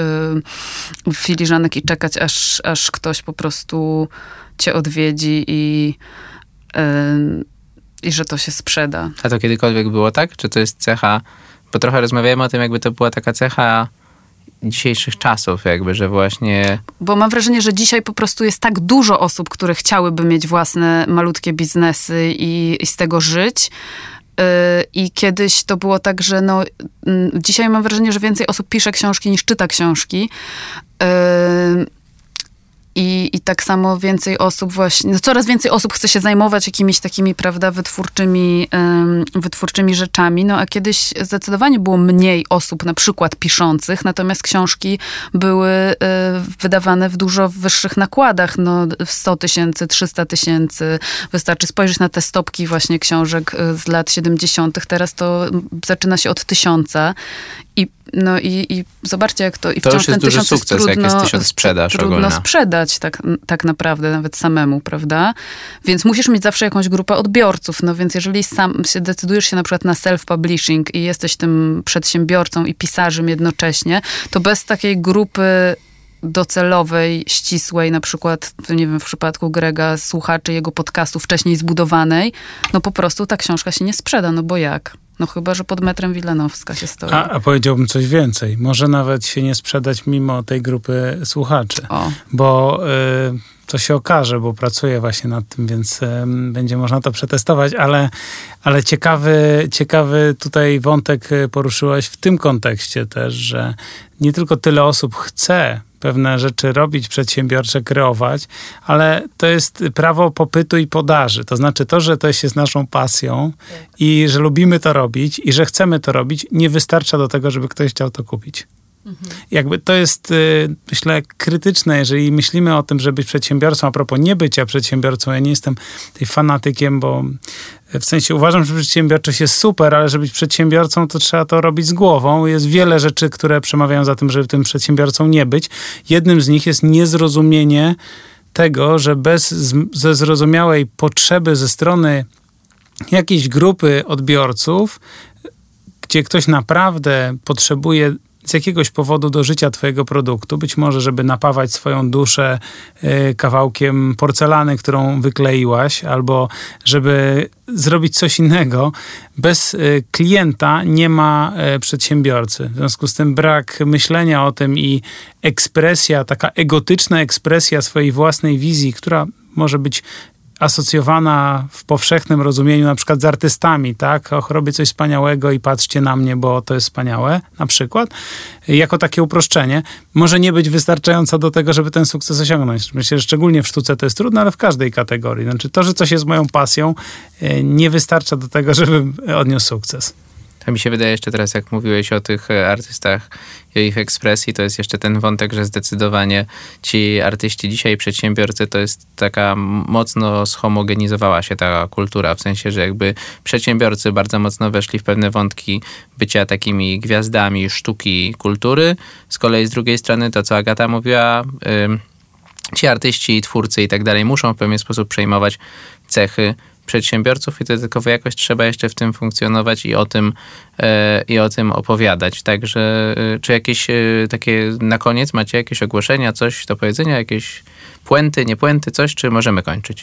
y, filiżanek i czekać, aż, aż ktoś po prostu cię odwiedzi i, y, i że to się sprzeda. A to kiedykolwiek było tak? Czy to jest cecha, bo trochę rozmawiamy o tym, jakby to była taka cecha dzisiejszych czasów jakby, że właśnie... Bo mam wrażenie, że dzisiaj po prostu jest tak dużo osób, które chciałyby mieć własne malutkie biznesy i, i z tego żyć. I kiedyś to było tak, że no, dzisiaj mam wrażenie, że więcej osób pisze książki niż czyta książki. I, I tak samo więcej osób właśnie, no coraz więcej osób chce się zajmować jakimiś takimi, prawda, wytwórczymi, um, wytwórczymi rzeczami, no a kiedyś zdecydowanie było mniej osób na przykład piszących, natomiast książki były y, wydawane w dużo wyższych nakładach, no sto tysięcy, trzysta tysięcy, wystarczy spojrzeć na te stopki właśnie książek z lat siedemdziesiątych, teraz to zaczyna się od tysiąca i no i, i zobaczcie, jak to... I to wciąż już jest ten duży tysiąc sukces, jest trudno, jak jest tysiąc sprzedaż trudno ogólna. sprzedać tak, tak naprawdę, nawet samemu, prawda? Więc musisz mieć zawsze jakąś grupę odbiorców, no więc jeżeli sam się decydujesz się na przykład na self-publishing i jesteś tym przedsiębiorcą i pisarzem jednocześnie, to bez takiej grupy docelowej, ścisłej, na przykład, nie wiem, w przypadku Grega, słuchaczy jego podcastu wcześniej zbudowanej, no po prostu ta książka się nie sprzeda, no bo jak? No chyba, że pod metrem Wilanowska się stoi. A, a powiedziałbym coś więcej. Może nawet się nie sprzedać mimo tej grupy słuchaczy. O. Bo y, to się okaże, bo pracuję właśnie nad tym, więc y, będzie można to przetestować, ale, ale ciekawy, ciekawy tutaj wątek poruszyłaś w tym kontekście też, że nie tylko tyle osób chce pewne rzeczy robić, przedsiębiorcze, kreować, ale to jest prawo popytu i podaży. To znaczy to, że to jest naszą pasją tak. i że lubimy to robić i że chcemy to robić, nie wystarcza do tego, żeby ktoś chciał to kupić. Mhm. Jakby to jest, myślę, krytyczne, jeżeli myślimy o tym, żeby być przedsiębiorcą, a propos nie bycia przedsiębiorcą, ja nie jestem tej fanatykiem, bo w sensie uważam, że przedsiębiorczość jest super, ale żeby być przedsiębiorcą, to trzeba to robić z głową. Jest wiele rzeczy, które przemawiają za tym, żeby tym przedsiębiorcą nie być. Jednym z nich jest niezrozumienie tego, że bez ze zrozumiałej potrzeby ze strony jakiejś grupy odbiorców, gdzie ktoś naprawdę potrzebuje z jakiegoś powodu do życia twojego produktu, być może, żeby napawać swoją duszę y, kawałkiem porcelany, którą wykleiłaś, albo żeby zrobić coś innego. Bez y, klienta nie ma y, przedsiębiorcy. W związku z tym brak myślenia o tym i ekspresja, taka egotyczna ekspresja swojej własnej wizji, która może być asocjowana w powszechnym rozumieniu na przykład z artystami, tak? Och, robię coś wspaniałego i patrzcie na mnie, bo to jest wspaniałe, na przykład. Jako takie uproszczenie może nie być wystarczająca do tego, żeby ten sukces osiągnąć. Myślę, że szczególnie w sztuce to jest trudne, ale w każdej kategorii. Znaczy to, że coś jest moją pasją, nie wystarcza do tego, żebym odniósł sukces. To mi się wydaje jeszcze teraz, jak mówiłeś o tych artystach i o ich ekspresji, to jest jeszcze ten wątek, że zdecydowanie ci artyści dzisiaj, przedsiębiorcy, to jest taka mocno zhomogenizowała się ta kultura, w sensie, że jakby przedsiębiorcy bardzo mocno weszli w pewne wątki bycia takimi gwiazdami sztuki, kultury. Z kolei z drugiej strony to, co Agata mówiła, yy, ci artyści, twórcy i tak dalej muszą w pewien sposób przejmować cechy przedsiębiorców i to tylko jakoś trzeba jeszcze w tym funkcjonować i o tym, e, i o tym opowiadać. Także e, czy jakieś e, takie na koniec macie jakieś ogłoszenia, coś do powiedzenia, jakieś puenty, nie puenty, coś, czy możemy kończyć?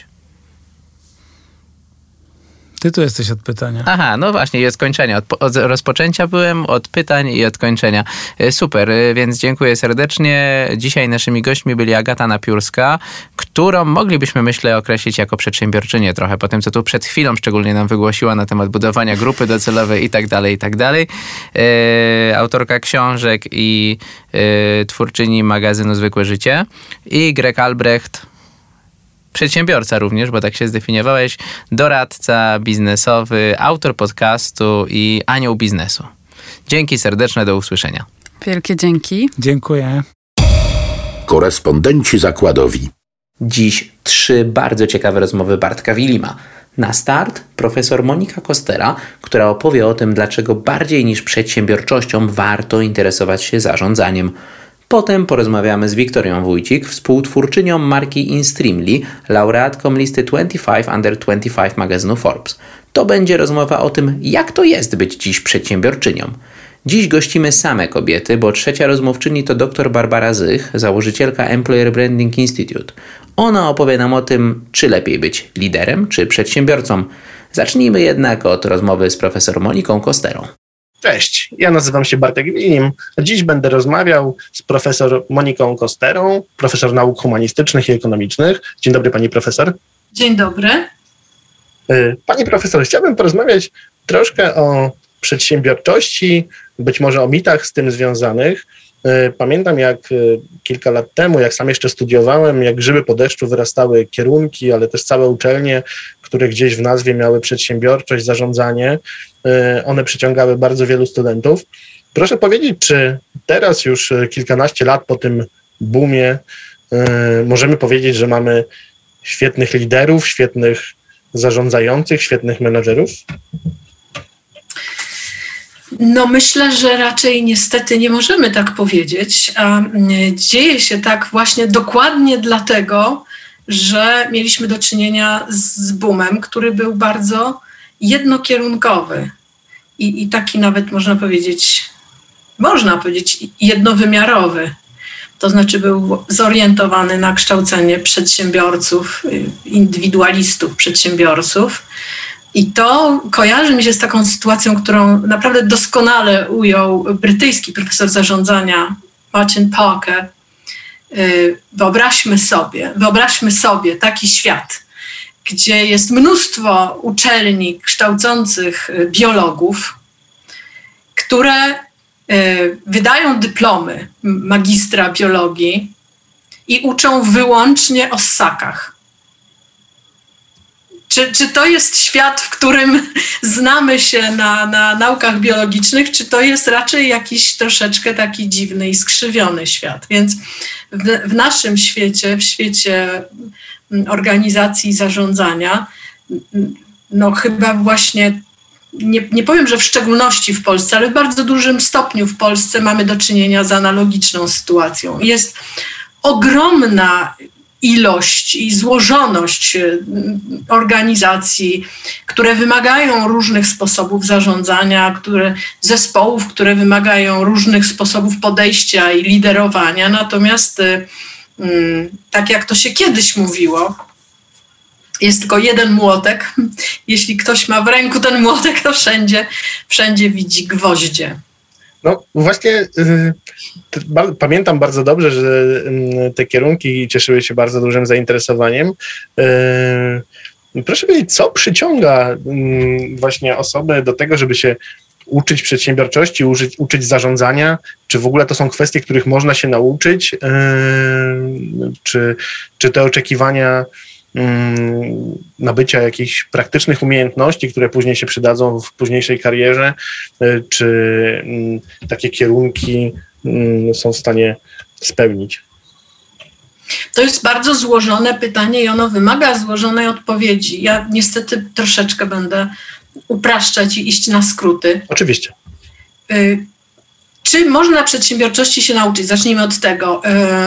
Ty tu jesteś od pytania. Aha, no właśnie, i od kończenia. Od, od rozpoczęcia byłem, od pytań i od kończenia. Super, więc dziękuję serdecznie. Dzisiaj naszymi gośćmi byli Agata Napiórska, którą moglibyśmy, myślę, określić jako przedsiębiorczynię trochę, po tym, co tu przed chwilą szczególnie nam wygłosiła na temat budowania grupy docelowej i tak dalej, i tak dalej. E, autorka książek i e, twórczyni magazynu Zwykłe Życie. I Greg Albrecht, przedsiębiorca również, bo tak się zdefiniowałeś, doradca biznesowy, autor podcastu i anioł biznesu. Dzięki serdeczne, do usłyszenia. Wielkie dzięki. Dziękuję. Korespondenci zakładowi. Dziś trzy bardzo ciekawe rozmowy Bartka Wilima. Na start profesor Monika Kostera, która opowie o tym, dlaczego bardziej niż przedsiębiorczością warto interesować się zarządzaniem. Potem porozmawiamy z Wiktorią Wójcik, współtwórczynią marki InStreamly, laureatką listy dwadzieścia pięć under dwadzieścia pięć magazynu Forbes. To będzie rozmowa o tym, jak to jest być dziś przedsiębiorczynią. Dziś gościmy same kobiety, bo trzecia rozmówczyni to dr Barbara Zych, założycielka Employer Branding Institute. Ona opowie nam o tym, czy lepiej być liderem, czy przedsiębiorcą. Zacznijmy jednak od rozmowy z profesor Moniką Kosterą. Cześć, ja nazywam się Bartek Wilim. Dziś będę rozmawiał z profesor Moniką Kosterą, profesor nauk humanistycznych i ekonomicznych. Dzień dobry, pani profesor. Dzień dobry. Pani profesor, chciałbym porozmawiać troszkę o przedsiębiorczości, być może o mitach z tym związanych. Pamiętam, jak kilka lat temu, jak sam jeszcze studiowałem, jak grzyby po deszczu wyrastały kierunki, ale też całe uczelnie, które gdzieś w nazwie miały przedsiębiorczość, zarządzanie. One przyciągały bardzo wielu studentów. Proszę powiedzieć, czy teraz już kilkanaście lat po tym boomie możemy powiedzieć, że mamy świetnych liderów, świetnych zarządzających, świetnych menadżerów? No myślę, że raczej niestety nie możemy tak powiedzieć. A dzieje się tak właśnie dokładnie dlatego, że mieliśmy do czynienia z boomem, który był bardzo jednokierunkowy i, i taki nawet można powiedzieć, można powiedzieć jednowymiarowy. To znaczy był zorientowany na kształcenie przedsiębiorców, indywidualistów, przedsiębiorców. I to kojarzy mi się z taką sytuacją, którą naprawdę doskonale ujął brytyjski profesor zarządzania Martin Parker. Wyobraźmy sobie, wyobraźmy sobie taki świat, gdzie jest mnóstwo uczelni kształcących biologów, które wydają dyplomy magistra biologii i uczą wyłącznie o ssakach. Czy, czy to jest świat, w którym znamy się na, na naukach biologicznych, czy to jest raczej jakiś troszeczkę taki dziwny i skrzywiony świat? Więc w, w naszym świecie, w świecie organizacji i zarządzania, no chyba właśnie, nie, nie powiem, że w szczególności w Polsce, ale w bardzo dużym stopniu w Polsce mamy do czynienia z analogiczną sytuacją. Jest ogromna ilość i złożoność organizacji, które wymagają różnych sposobów zarządzania, które, zespołów, które wymagają różnych sposobów podejścia i liderowania. Natomiast tak jak to się kiedyś mówiło, jest tylko jeden młotek. Jeśli ktoś ma w ręku ten młotek, to wszędzie, wszędzie widzi gwoździe. No właśnie y, ba, pamiętam bardzo dobrze, że y, te kierunki cieszyły się bardzo dużym zainteresowaniem. Y, proszę powiedzieć, co przyciąga y, właśnie osoby do tego, żeby się uczyć przedsiębiorczości, uczyć, uczyć zarządzania? Czy w ogóle to są kwestie, których można się nauczyć? Y, czy, czy te oczekiwania nabycia jakichś praktycznych umiejętności, które później się przydadzą w późniejszej karierze, czy takie kierunki są w stanie spełnić? To jest bardzo złożone pytanie i ono wymaga złożonej odpowiedzi. Ja niestety troszeczkę będę upraszczać i iść na skróty. Oczywiście. Czy można przedsiębiorczości się nauczyć? Zacznijmy od tego.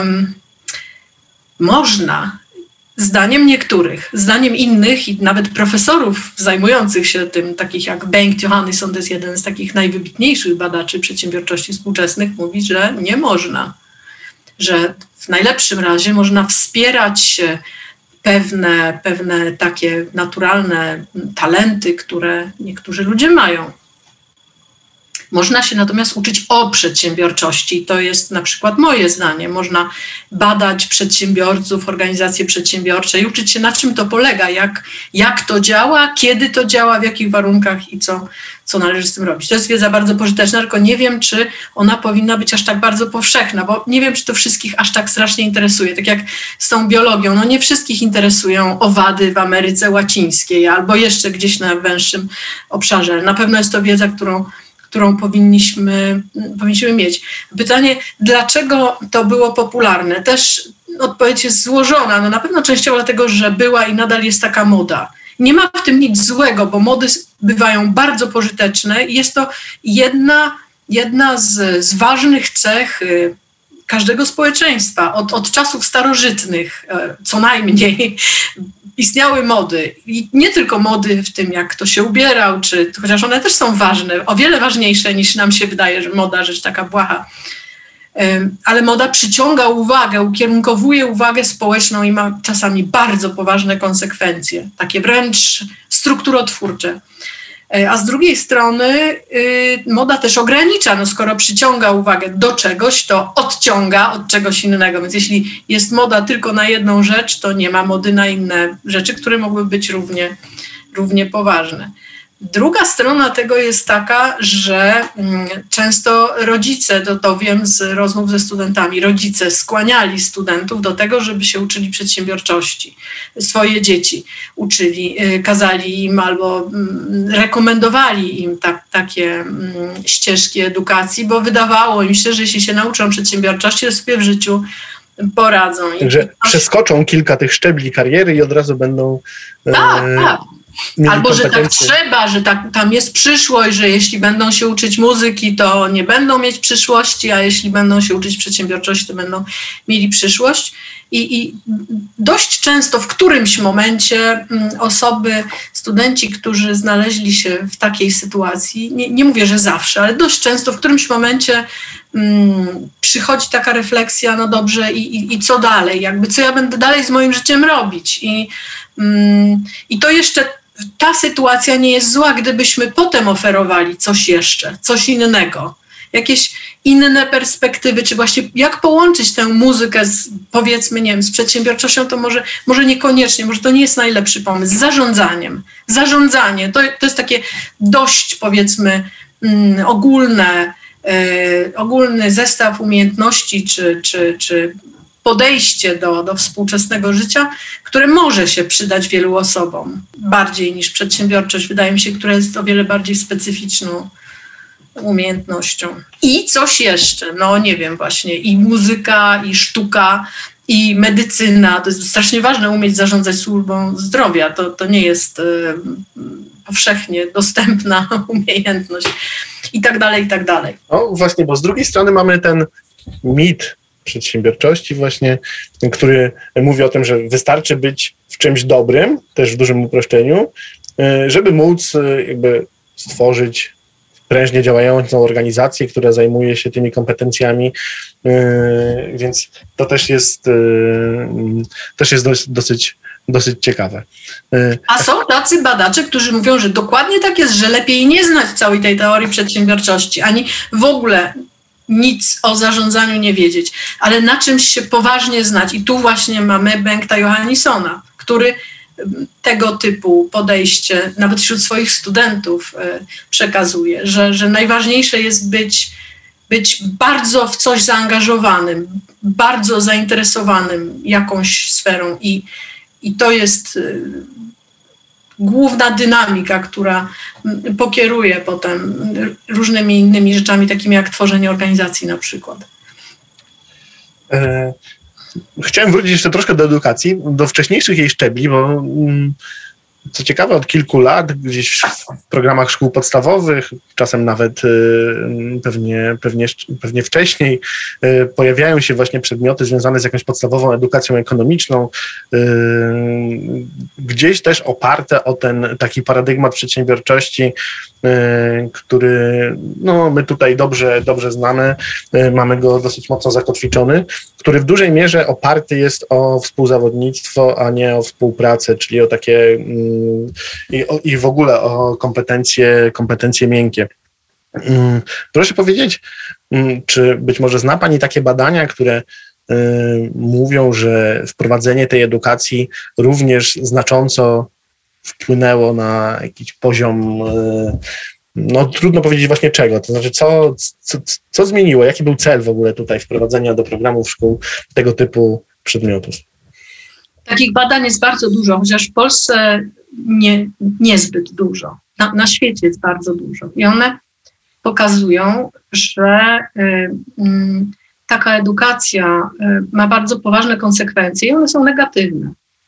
Można. Zdaniem niektórych, zdaniem innych i nawet profesorów zajmujących się tym, takich jak Bengt Johannesson, to jest jeden z takich najwybitniejszych badaczy przedsiębiorczości współczesnych, mówi, że nie można. Że w najlepszym razie można wspierać pewne, pewne takie naturalne talenty, które niektórzy ludzie mają. Można się natomiast uczyć o przedsiębiorczości. To jest na przykład moje zdanie. Można badać przedsiębiorców, organizacje przedsiębiorcze i uczyć się, na czym to polega, jak, jak to działa, kiedy to działa, w jakich warunkach i co, co należy z tym robić. To jest wiedza bardzo pożyteczna, tylko nie wiem, czy ona powinna być aż tak bardzo powszechna, bo nie wiem, czy to wszystkich aż tak strasznie interesuje. Tak jak z tą biologią. No nie wszystkich interesują owady w Ameryce Łacińskiej albo jeszcze gdzieś na węższym obszarze. Na pewno jest to wiedza, którą którą powinniśmy, powinniśmy mieć. Pytanie, dlaczego to było popularne? Też odpowiedź jest złożona. No na pewno częściowo dlatego, że była i nadal jest taka moda. Nie ma w tym nic złego, bo mody bywają bardzo pożyteczne i jest to jedna, jedna z, z ważnych cech każdego społeczeństwa. Od, od czasów starożytnych co najmniej istniały mody. I nie tylko mody w tym, jak kto się ubierał, czy, chociaż one też są ważne, o wiele ważniejsze niż nam się wydaje, że moda, rzecz taka błaha. Ale moda przyciąga uwagę, ukierunkowuje uwagę społeczną i ma czasami bardzo poważne konsekwencje, takie wręcz strukturotwórcze. A z drugiej strony moda też ogranicza, no skoro przyciąga uwagę do czegoś, to odciąga od czegoś innego. Więc jeśli jest moda tylko na jedną rzecz, to nie ma mody na inne rzeczy, które mogły być równie, równie poważne. Druga strona tego jest taka, że często rodzice, to, to wiem z rozmów ze studentami, rodzice skłaniali studentów do tego, żeby się uczyli przedsiębiorczości. Swoje dzieci uczyli, kazali im albo rekomendowali im tak, takie ścieżki edukacji, bo wydawało im się, że jeśli się nauczą przedsiębiorczości, to sobie w życiu poradzą. Także przeskoczą kilka tych szczebli kariery i od razu będą... Tak, e... tak. Albo, że tak trzeba, że tak, tam jest przyszłość, że jeśli będą się uczyć muzyki, to nie będą mieć przyszłości, a jeśli będą się uczyć przedsiębiorczości, to będą mieli przyszłość. I, i dość często w którymś momencie osoby, studenci, którzy znaleźli się w takiej sytuacji, nie, nie mówię, że zawsze, ale dość często w którymś momencie um, przychodzi taka refleksja, no dobrze, i, i, i co dalej? Jakby co ja będę dalej z moim życiem robić? I, um, i to jeszcze ta sytuacja nie jest zła, gdybyśmy potem oferowali coś jeszcze, coś innego. Jakieś inne perspektywy, czy właśnie jak połączyć tę muzykę z, powiedzmy, nie wiem, z przedsiębiorczością, to może, może niekoniecznie, może to nie jest najlepszy pomysł, z zarządzaniem. Zarządzanie, to, to jest takie dość, powiedzmy, mm, ogólne, y, ogólny zestaw umiejętności, czy, czy, czy podejście do, do współczesnego życia, które może się przydać wielu osobom bardziej niż przedsiębiorczość, wydaje mi się, która jest o wiele bardziej specyficzną umiejętnością. I coś jeszcze, no nie wiem właśnie, i muzyka, i sztuka, i medycyna. To jest strasznie ważne umieć zarządzać służbą zdrowia. To, to nie jest y, powszechnie dostępna umiejętność. I tak dalej, i tak dalej. No właśnie, bo z drugiej strony mamy ten mit przedsiębiorczości właśnie, który mówi o tym, że wystarczy być w czymś dobrym, też w dużym uproszczeniu, żeby móc jakby stworzyć prężnie działającą organizację, która zajmuje się tymi kompetencjami, więc to też jest też jest dosyć, dosyć ciekawe. A są tacy badacze, którzy mówią, że dokładnie tak jest, że lepiej nie znać całej tej teorii przedsiębiorczości, ani w ogóle nic o zarządzaniu nie wiedzieć, ale na czymś się poważnie znać. I tu właśnie mamy Bengta Johannisona, który tego typu podejście nawet wśród swoich studentów przekazuje, że, że najważniejsze jest być, być bardzo w coś zaangażowanym, bardzo zainteresowanym jakąś sferą i, i to jest główna dynamika, która pokieruje potem różnymi innymi rzeczami, takimi jak tworzenie organizacji na przykład. E, chciałem wrócić jeszcze troszkę do edukacji, do wcześniejszych jej szczebli, bo co ciekawe, od kilku lat gdzieś w programach szkół podstawowych, czasem nawet y, pewnie, pewnie, pewnie wcześniej, y, pojawiają się właśnie przedmioty związane z jakąś podstawową edukacją ekonomiczną, y, gdzieś też oparte o ten taki paradygmat przedsiębiorczości, y, który no, my tutaj dobrze, dobrze znamy, y, mamy go dosyć mocno zakotwiczony, który w dużej mierze oparty jest o współzawodnictwo, a nie o współpracę, czyli o takie y, I, i w ogóle o kompetencje, kompetencje miękkie. Proszę powiedzieć, czy być może zna Pani takie badania, które mówią, że wprowadzenie tej edukacji również znacząco wpłynęło na jakiś poziom, no trudno powiedzieć właśnie czego, to znaczy co, co, co zmieniło, jaki był cel w ogóle tutaj wprowadzenia do programów szkół tego typu przedmiotów? Takich badań jest bardzo dużo, chociaż w Polsce nie, niezbyt dużo. Na, na świecie jest bardzo dużo. I one pokazują, że y, y, taka edukacja y, ma bardzo poważne konsekwencje i one są negatywne.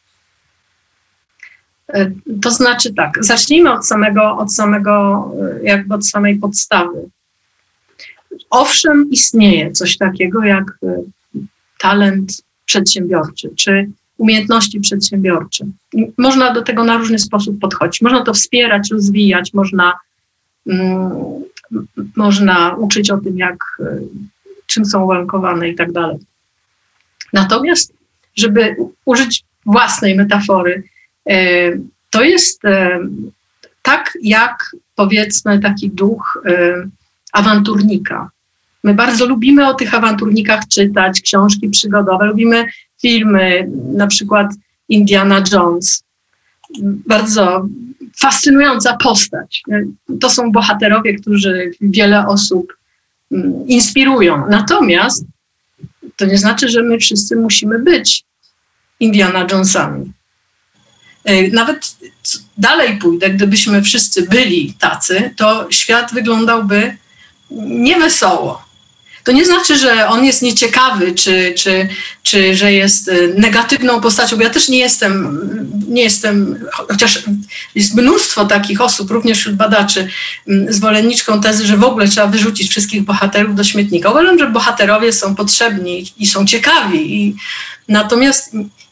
Y, to znaczy tak, zacznijmy od samego, od samego, y, jakby od samej podstawy. Owszem, istnieje coś takiego jak y, talent przedsiębiorczy, czy umiejętności przedsiębiorcze. Można do tego na różny sposób podchodzić. Można to wspierać, rozwijać, można, mm, można uczyć o tym, jak, czym są uwarunkowane i tak dalej. Natomiast, żeby użyć własnej metafory, to jest tak, jak powiedzmy taki duch y, awanturnika. My bardzo lubimy o tych awanturnikach czytać, książki przygodowe, lubimy filmy, na przykład Indiana Jones. Bardzo fascynująca postać. To są bohaterowie, którzy wiele osób inspirują. Natomiast to nie znaczy, że my wszyscy musimy być Indiana Jonesami. Nawet dalej pójdę, gdybyśmy wszyscy byli tacy, to świat wyglądałby niewesoło. To nie znaczy, że on jest nieciekawy, czy, czy, czy że jest negatywną postacią, bo ja też nie jestem, nie jestem, chociaż jest mnóstwo takich osób, również wśród badaczy, zwolenniczką tezy, że w ogóle trzeba wyrzucić wszystkich bohaterów do śmietnika. Uważam, że bohaterowie są potrzebni i są ciekawi. I, natomiast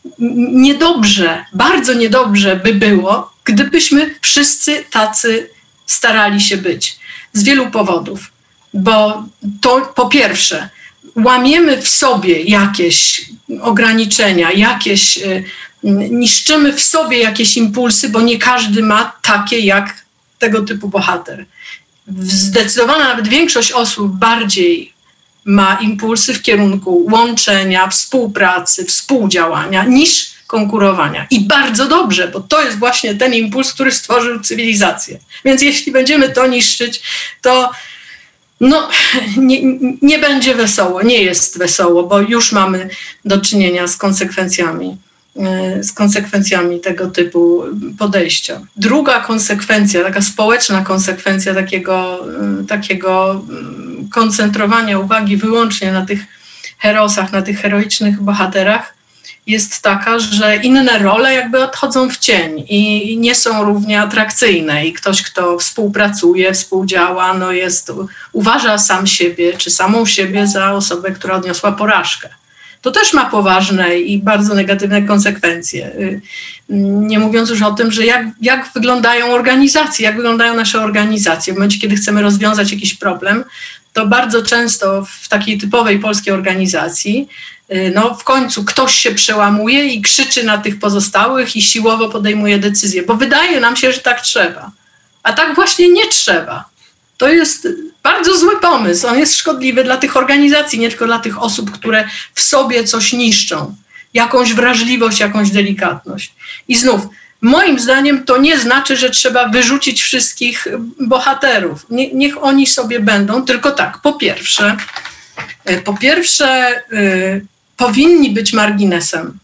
niedobrze, bardzo niedobrze by było, gdybyśmy wszyscy tacy starali się być. Z wielu powodów. Bo to po pierwsze, łamiemy w sobie jakieś ograniczenia, jakieś, y, niszczymy w sobie jakieś impulsy, bo nie każdy ma takie jak tego typu bohater. Zdecydowana nawet większość osób bardziej ma impulsy w kierunku łączenia, współpracy, współdziałania niż konkurowania. I bardzo dobrze, bo to jest właśnie ten impuls, który stworzył cywilizację. Więc jeśli będziemy to niszczyć, to no, nie, nie będzie wesoło, nie jest wesoło, bo już mamy do czynienia z konsekwencjami, z konsekwencjami tego typu podejścia. Druga konsekwencja, taka społeczna konsekwencja takiego, takiego koncentrowania uwagi wyłącznie na tych herosach, na tych heroicznych bohaterach jest taka, że inne role jakby odchodzą w cień i nie są równie atrakcyjne i ktoś, kto współpracuje, współdziała, no jest, uważa sam siebie czy samą siebie za osobę, która odniosła porażkę. To też ma poważne i bardzo negatywne konsekwencje. Nie mówiąc już o tym, że jak, jak wyglądają organizacje, jak wyglądają nasze organizacje. W momencie, kiedy chcemy rozwiązać jakiś problem, to bardzo często w takiej typowej polskiej organizacji no w końcu ktoś się przełamuje i krzyczy na tych pozostałych i siłowo podejmuje decyzje, bo wydaje nam się, że tak trzeba. A tak właśnie nie trzeba. To jest bardzo zły pomysł. On jest szkodliwy dla tych organizacji, nie tylko dla tych osób, które w sobie coś niszczą. Jakąś wrażliwość, jakąś delikatność. I znów, moim zdaniem to nie znaczy, że trzeba wyrzucić wszystkich bohaterów. Nie, niech oni sobie będą, tylko tak, po pierwsze, po pierwsze yy, powinni być marginesem,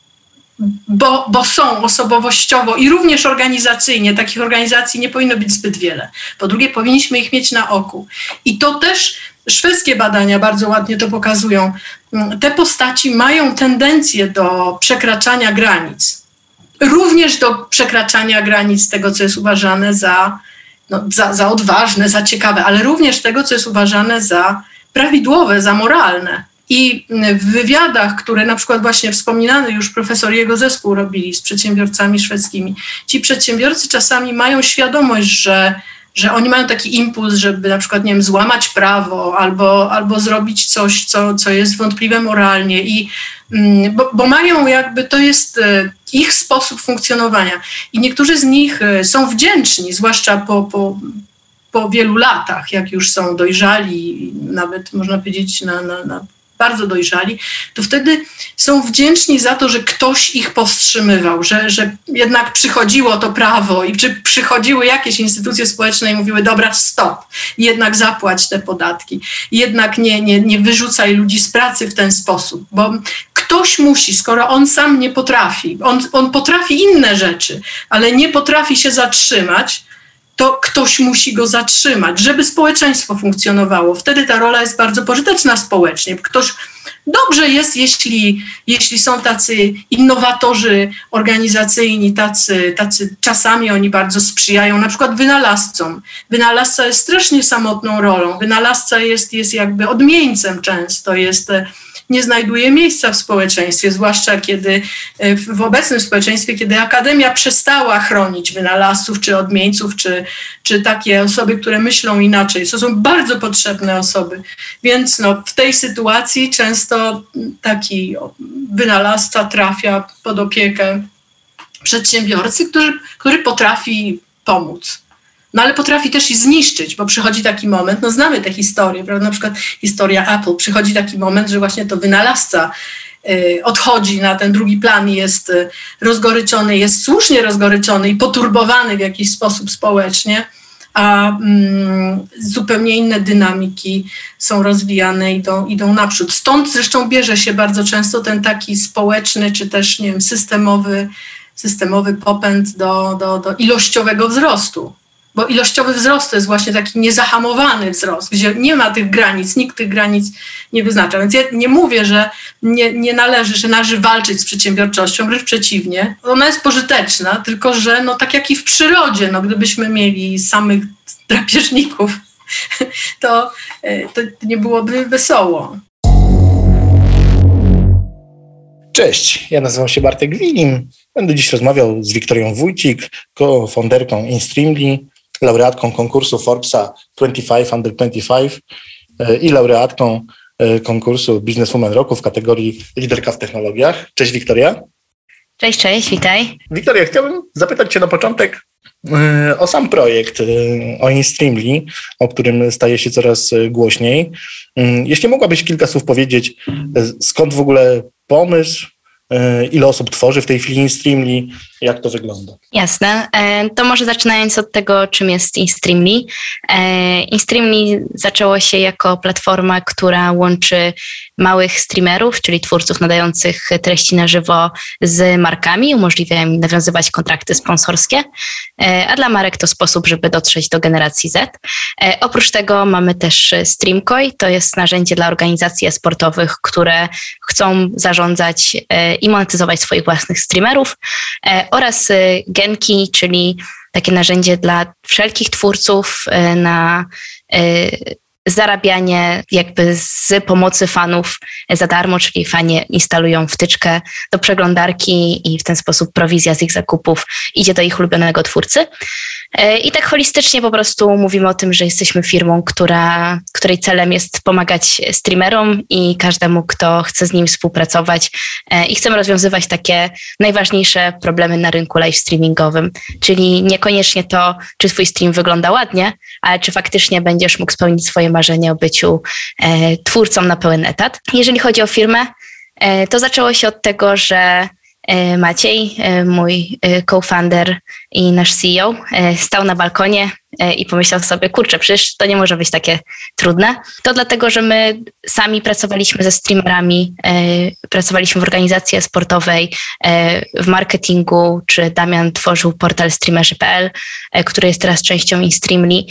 bo, bo są osobowościowo i również organizacyjnie. Takich organizacji nie powinno być zbyt wiele. Po drugie, powinniśmy ich mieć na oku. I to też szwedzkie badania bardzo ładnie to pokazują. Te postaci mają tendencję do przekraczania granic. Również do przekraczania granic tego, co jest uważane za, no, za, za odważne, za ciekawe, ale również tego, co jest uważane za prawidłowe, za moralne. I w wywiadach, które na przykład właśnie wspominany już profesor i jego zespół robili z przedsiębiorcami szwedzkimi, ci przedsiębiorcy czasami mają świadomość, że, że oni mają taki impuls, żeby na przykład, nie wiem, złamać prawo albo, albo zrobić coś, co, co jest wątpliwe moralnie. I, bo, bo mają jakby, to jest ich sposób funkcjonowania. I niektórzy z nich są wdzięczni, zwłaszcza po, po po wielu latach, jak już są dojrzali, nawet można powiedzieć na, na, na bardzo dojrzali, to wtedy są wdzięczni za to, że ktoś ich powstrzymywał, że, że jednak przychodziło to prawo i czy przychodziły jakieś instytucje społeczne i mówiły, dobra, stop, jednak zapłać te podatki, jednak nie, nie, nie wyrzucaj ludzi z pracy w ten sposób, bo ktoś musi, skoro on sam nie potrafi, on, on potrafi inne rzeczy, ale nie potrafi się zatrzymać, to ktoś musi go zatrzymać, żeby społeczeństwo funkcjonowało. Wtedy ta rola jest bardzo pożyteczna społecznie. Ktoś dobrze jest, jeśli, jeśli są tacy innowatorzy organizacyjni, tacy, tacy czasami oni bardzo sprzyjają, na przykład wynalazcom. Wynalazca jest strasznie samotną rolą. Wynalazca jest, jest jakby odmieńcem często, jest... nie znajduje miejsca w społeczeństwie, zwłaszcza kiedy w obecnym społeczeństwie, kiedy akademia przestała chronić wynalazców, czy odmieńców, czy, czy takie osoby, które myślą inaczej. To są bardzo potrzebne osoby. Więc no, w tej sytuacji często taki wynalazca trafia pod opiekę przedsiębiorcy, który, który potrafi pomóc. no ale potrafi też i zniszczyć, bo przychodzi taki moment, no znamy tę historię, prawda? Na przykład historia Apple, przychodzi taki moment, że właśnie to wynalazca odchodzi na ten drugi plan, jest rozgoryczony, jest słusznie rozgoryczony i poturbowany w jakiś sposób społecznie, a mm, zupełnie inne dynamiki są rozwijane i idą, idą naprzód. Stąd zresztą bierze się bardzo często ten taki społeczny, czy też, nie wiem, systemowy, systemowy popęd do, do, do ilościowego wzrostu. Bo ilościowy wzrost to jest właśnie taki niezahamowany wzrost, gdzie nie ma tych granic, nikt tych granic nie wyznacza. Więc ja nie mówię, że nie, nie należy, że należy walczyć z przedsiębiorczością, wręcz przeciwnie. Ona jest pożyteczna, tylko że no, tak jak i w przyrodzie, no, gdybyśmy mieli samych drapieżników, to, to nie byłoby wesoło. Cześć, ja nazywam się Bartek Wilim. Będę dziś rozmawiał z Wiktorią Wójcik, co-founderką InStreamly, laureatką konkursu Forbesa dwadzieścia pięć under dwadzieścia pięć i laureatką konkursu Businesswoman Roku w kategorii Liderka w technologiach. Cześć Wiktoria. Cześć, cześć, witaj. Wiktoria, chciałbym zapytać Cię na początek o sam projekt, o InStreamly, o którym staje się coraz głośniej. Jeśli mogłabyś kilka słów powiedzieć, skąd w ogóle pomysł, ile osób tworzy w tej chwili InStreamly, jak to wygląda? Jasne. To może zaczynając od tego, czym jest InStreamly. InStreamly zaczęło się jako platforma, która łączy małych streamerów, czyli twórców nadających treści na żywo z markami, umożliwia im nawiązywać kontrakty sponsorskie, a dla marek to sposób, żeby dotrzeć do generacji Z. Oprócz tego mamy też Streamcoin, to jest narzędzie dla organizacji e-sportowych, które chcą zarządzać i monetyzować swoich własnych streamerów, oraz Genki, czyli takie narzędzie dla wszelkich twórców na zarabianie jakby z pomocy fanów za darmo, czyli fani instalują wtyczkę do przeglądarki i w ten sposób prowizja z ich zakupów idzie do ich ulubionego twórcy. I tak holistycznie po prostu mówimy o tym, że jesteśmy firmą, która, której celem jest pomagać streamerom i każdemu, kto chce z nim współpracować i chcemy rozwiązywać takie najważniejsze problemy na rynku live streamingowym, czyli niekoniecznie to, czy twój stream wygląda ładnie, ale czy faktycznie będziesz mógł spełnić swoje marzenie o byciu e, twórcą na pełen etat. Jeżeli chodzi o firmę, e, to zaczęło się od tego, że e, Maciej, e, mój e, co-founder i nasz C E O, e, stał na balkonie e, i pomyślał sobie, kurczę, przecież to nie może być takie trudne. To dlatego, że my sami pracowaliśmy ze streamerami, e, pracowaliśmy w organizacji sportowej, e, w marketingu, czy Damian tworzył portal streamerzy kropka p l, e, który jest teraz częścią InStreamly.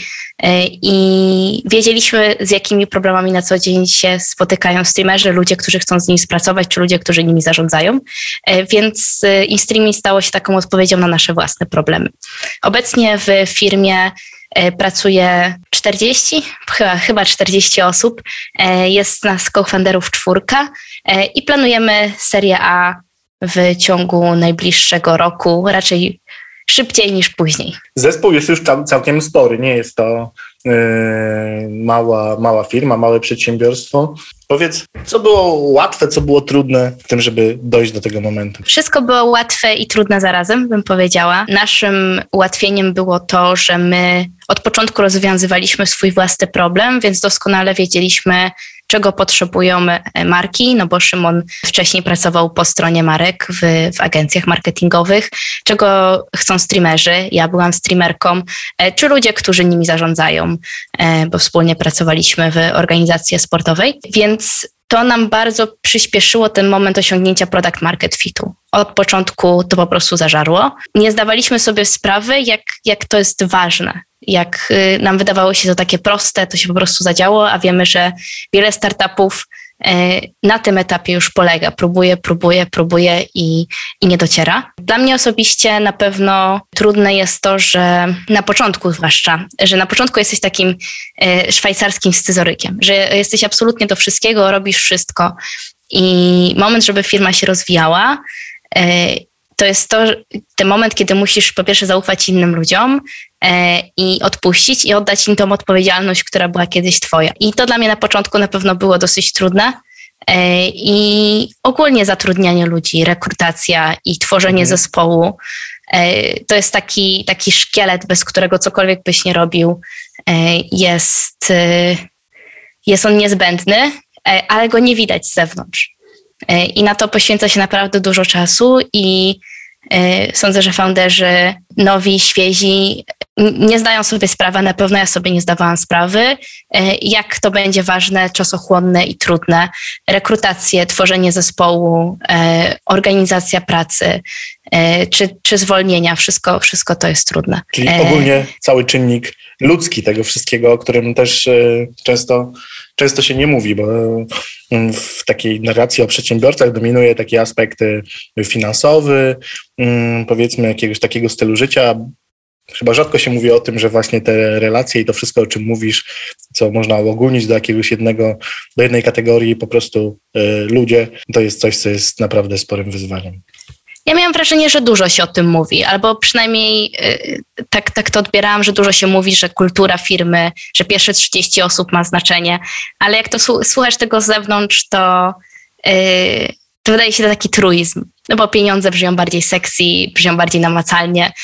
I wiedzieliśmy, z jakimi problemami na co dzień się spotykają streamerzy, ludzie, którzy chcą z nimi współpracować, czy ludzie, którzy nimi zarządzają. Więc InStreamly stało się taką odpowiedzią na nasze własne problemy. Obecnie w firmie pracuje czterdzieści, chyba, chyba czterdzieści osób. Jest nas co-founderów czwórka i planujemy serię A w ciągu najbliższego roku, raczej szybciej niż później. Zespół jest już całkiem spory, nie jest to yy, mała, mała firma, małe przedsiębiorstwo. Powiedz, co było łatwe, co było trudne w tym, żeby dojść do tego momentu? Wszystko było łatwe i trudne zarazem, bym powiedziała. Naszym ułatwieniem było to, że my od początku rozwiązywaliśmy swój własny problem, więc doskonale wiedzieliśmy, czego potrzebują marki, no bo Szymon wcześniej pracował po stronie marek w, w agencjach marketingowych, czego chcą streamerzy, ja byłam streamerką, czy ludzie, którzy nimi zarządzają, bo wspólnie pracowaliśmy w organizacji sportowej, więc to nam bardzo przyspieszyło ten moment osiągnięcia product market fitu. Od początku to po prostu zażarło. Nie zdawaliśmy sobie sprawy, jak, jak to jest ważne. Jak nam wydawało się to takie proste, to się po prostu zadziało, a wiemy, że wiele startupów na tym etapie już polega. Próbuje, próbuje, próbuje i, i nie dociera. Dla mnie osobiście na pewno trudne jest to, że na początku zwłaszcza, że na początku jesteś takim szwajcarskim scyzorykiem, że jesteś absolutnie do wszystkiego, robisz wszystko i moment, żeby firma się rozwijała, to jest to, ten moment, kiedy musisz po pierwsze zaufać innym ludziom e, i odpuścić i oddać im tą odpowiedzialność, która była kiedyś twoja. I to dla mnie na początku na pewno było dosyć trudne e, i ogólnie zatrudnianie ludzi, rekrutacja i tworzenie mhm. zespołu To jest taki, taki szkielet, bez którego cokolwiek byś nie robił, jest, jest on niezbędny, ale go nie widać z zewnątrz. I na to poświęca się naprawdę dużo czasu i sądzę, że founderzy nowi, świezi nie zdają sobie sprawy, na pewno ja sobie nie zdawałam sprawy, jak to będzie ważne, czasochłonne i trudne. Rekrutacje, tworzenie zespołu, organizacja pracy, czy, czy zwolnienia, wszystko, wszystko to jest trudne. Czyli ogólnie cały czynnik ludzki tego wszystkiego, o którym też często, często się nie mówi, bo w takiej narracji o przedsiębiorcach dominuje taki aspekt finansowy, powiedzmy jakiegoś takiego stylu życia. Chyba rzadko się mówi o tym, że właśnie te relacje i to wszystko, o czym mówisz, co można uogólnić do jakiegoś jednego, do jednej kategorii, po prostu y, ludzie, to jest coś, co jest naprawdę sporym wyzwaniem. Ja miałam wrażenie, że dużo się o tym mówi, albo przynajmniej y, tak, tak to odbierałam, że dużo się mówi, że kultura firmy, że pierwsze trzydzieści osób ma znaczenie, ale jak to słuchasz tego z zewnątrz, to, y, to wydaje się to taki truizm, no bo pieniądze brzmią bardziej sexy, brzmią bardziej namacalnie,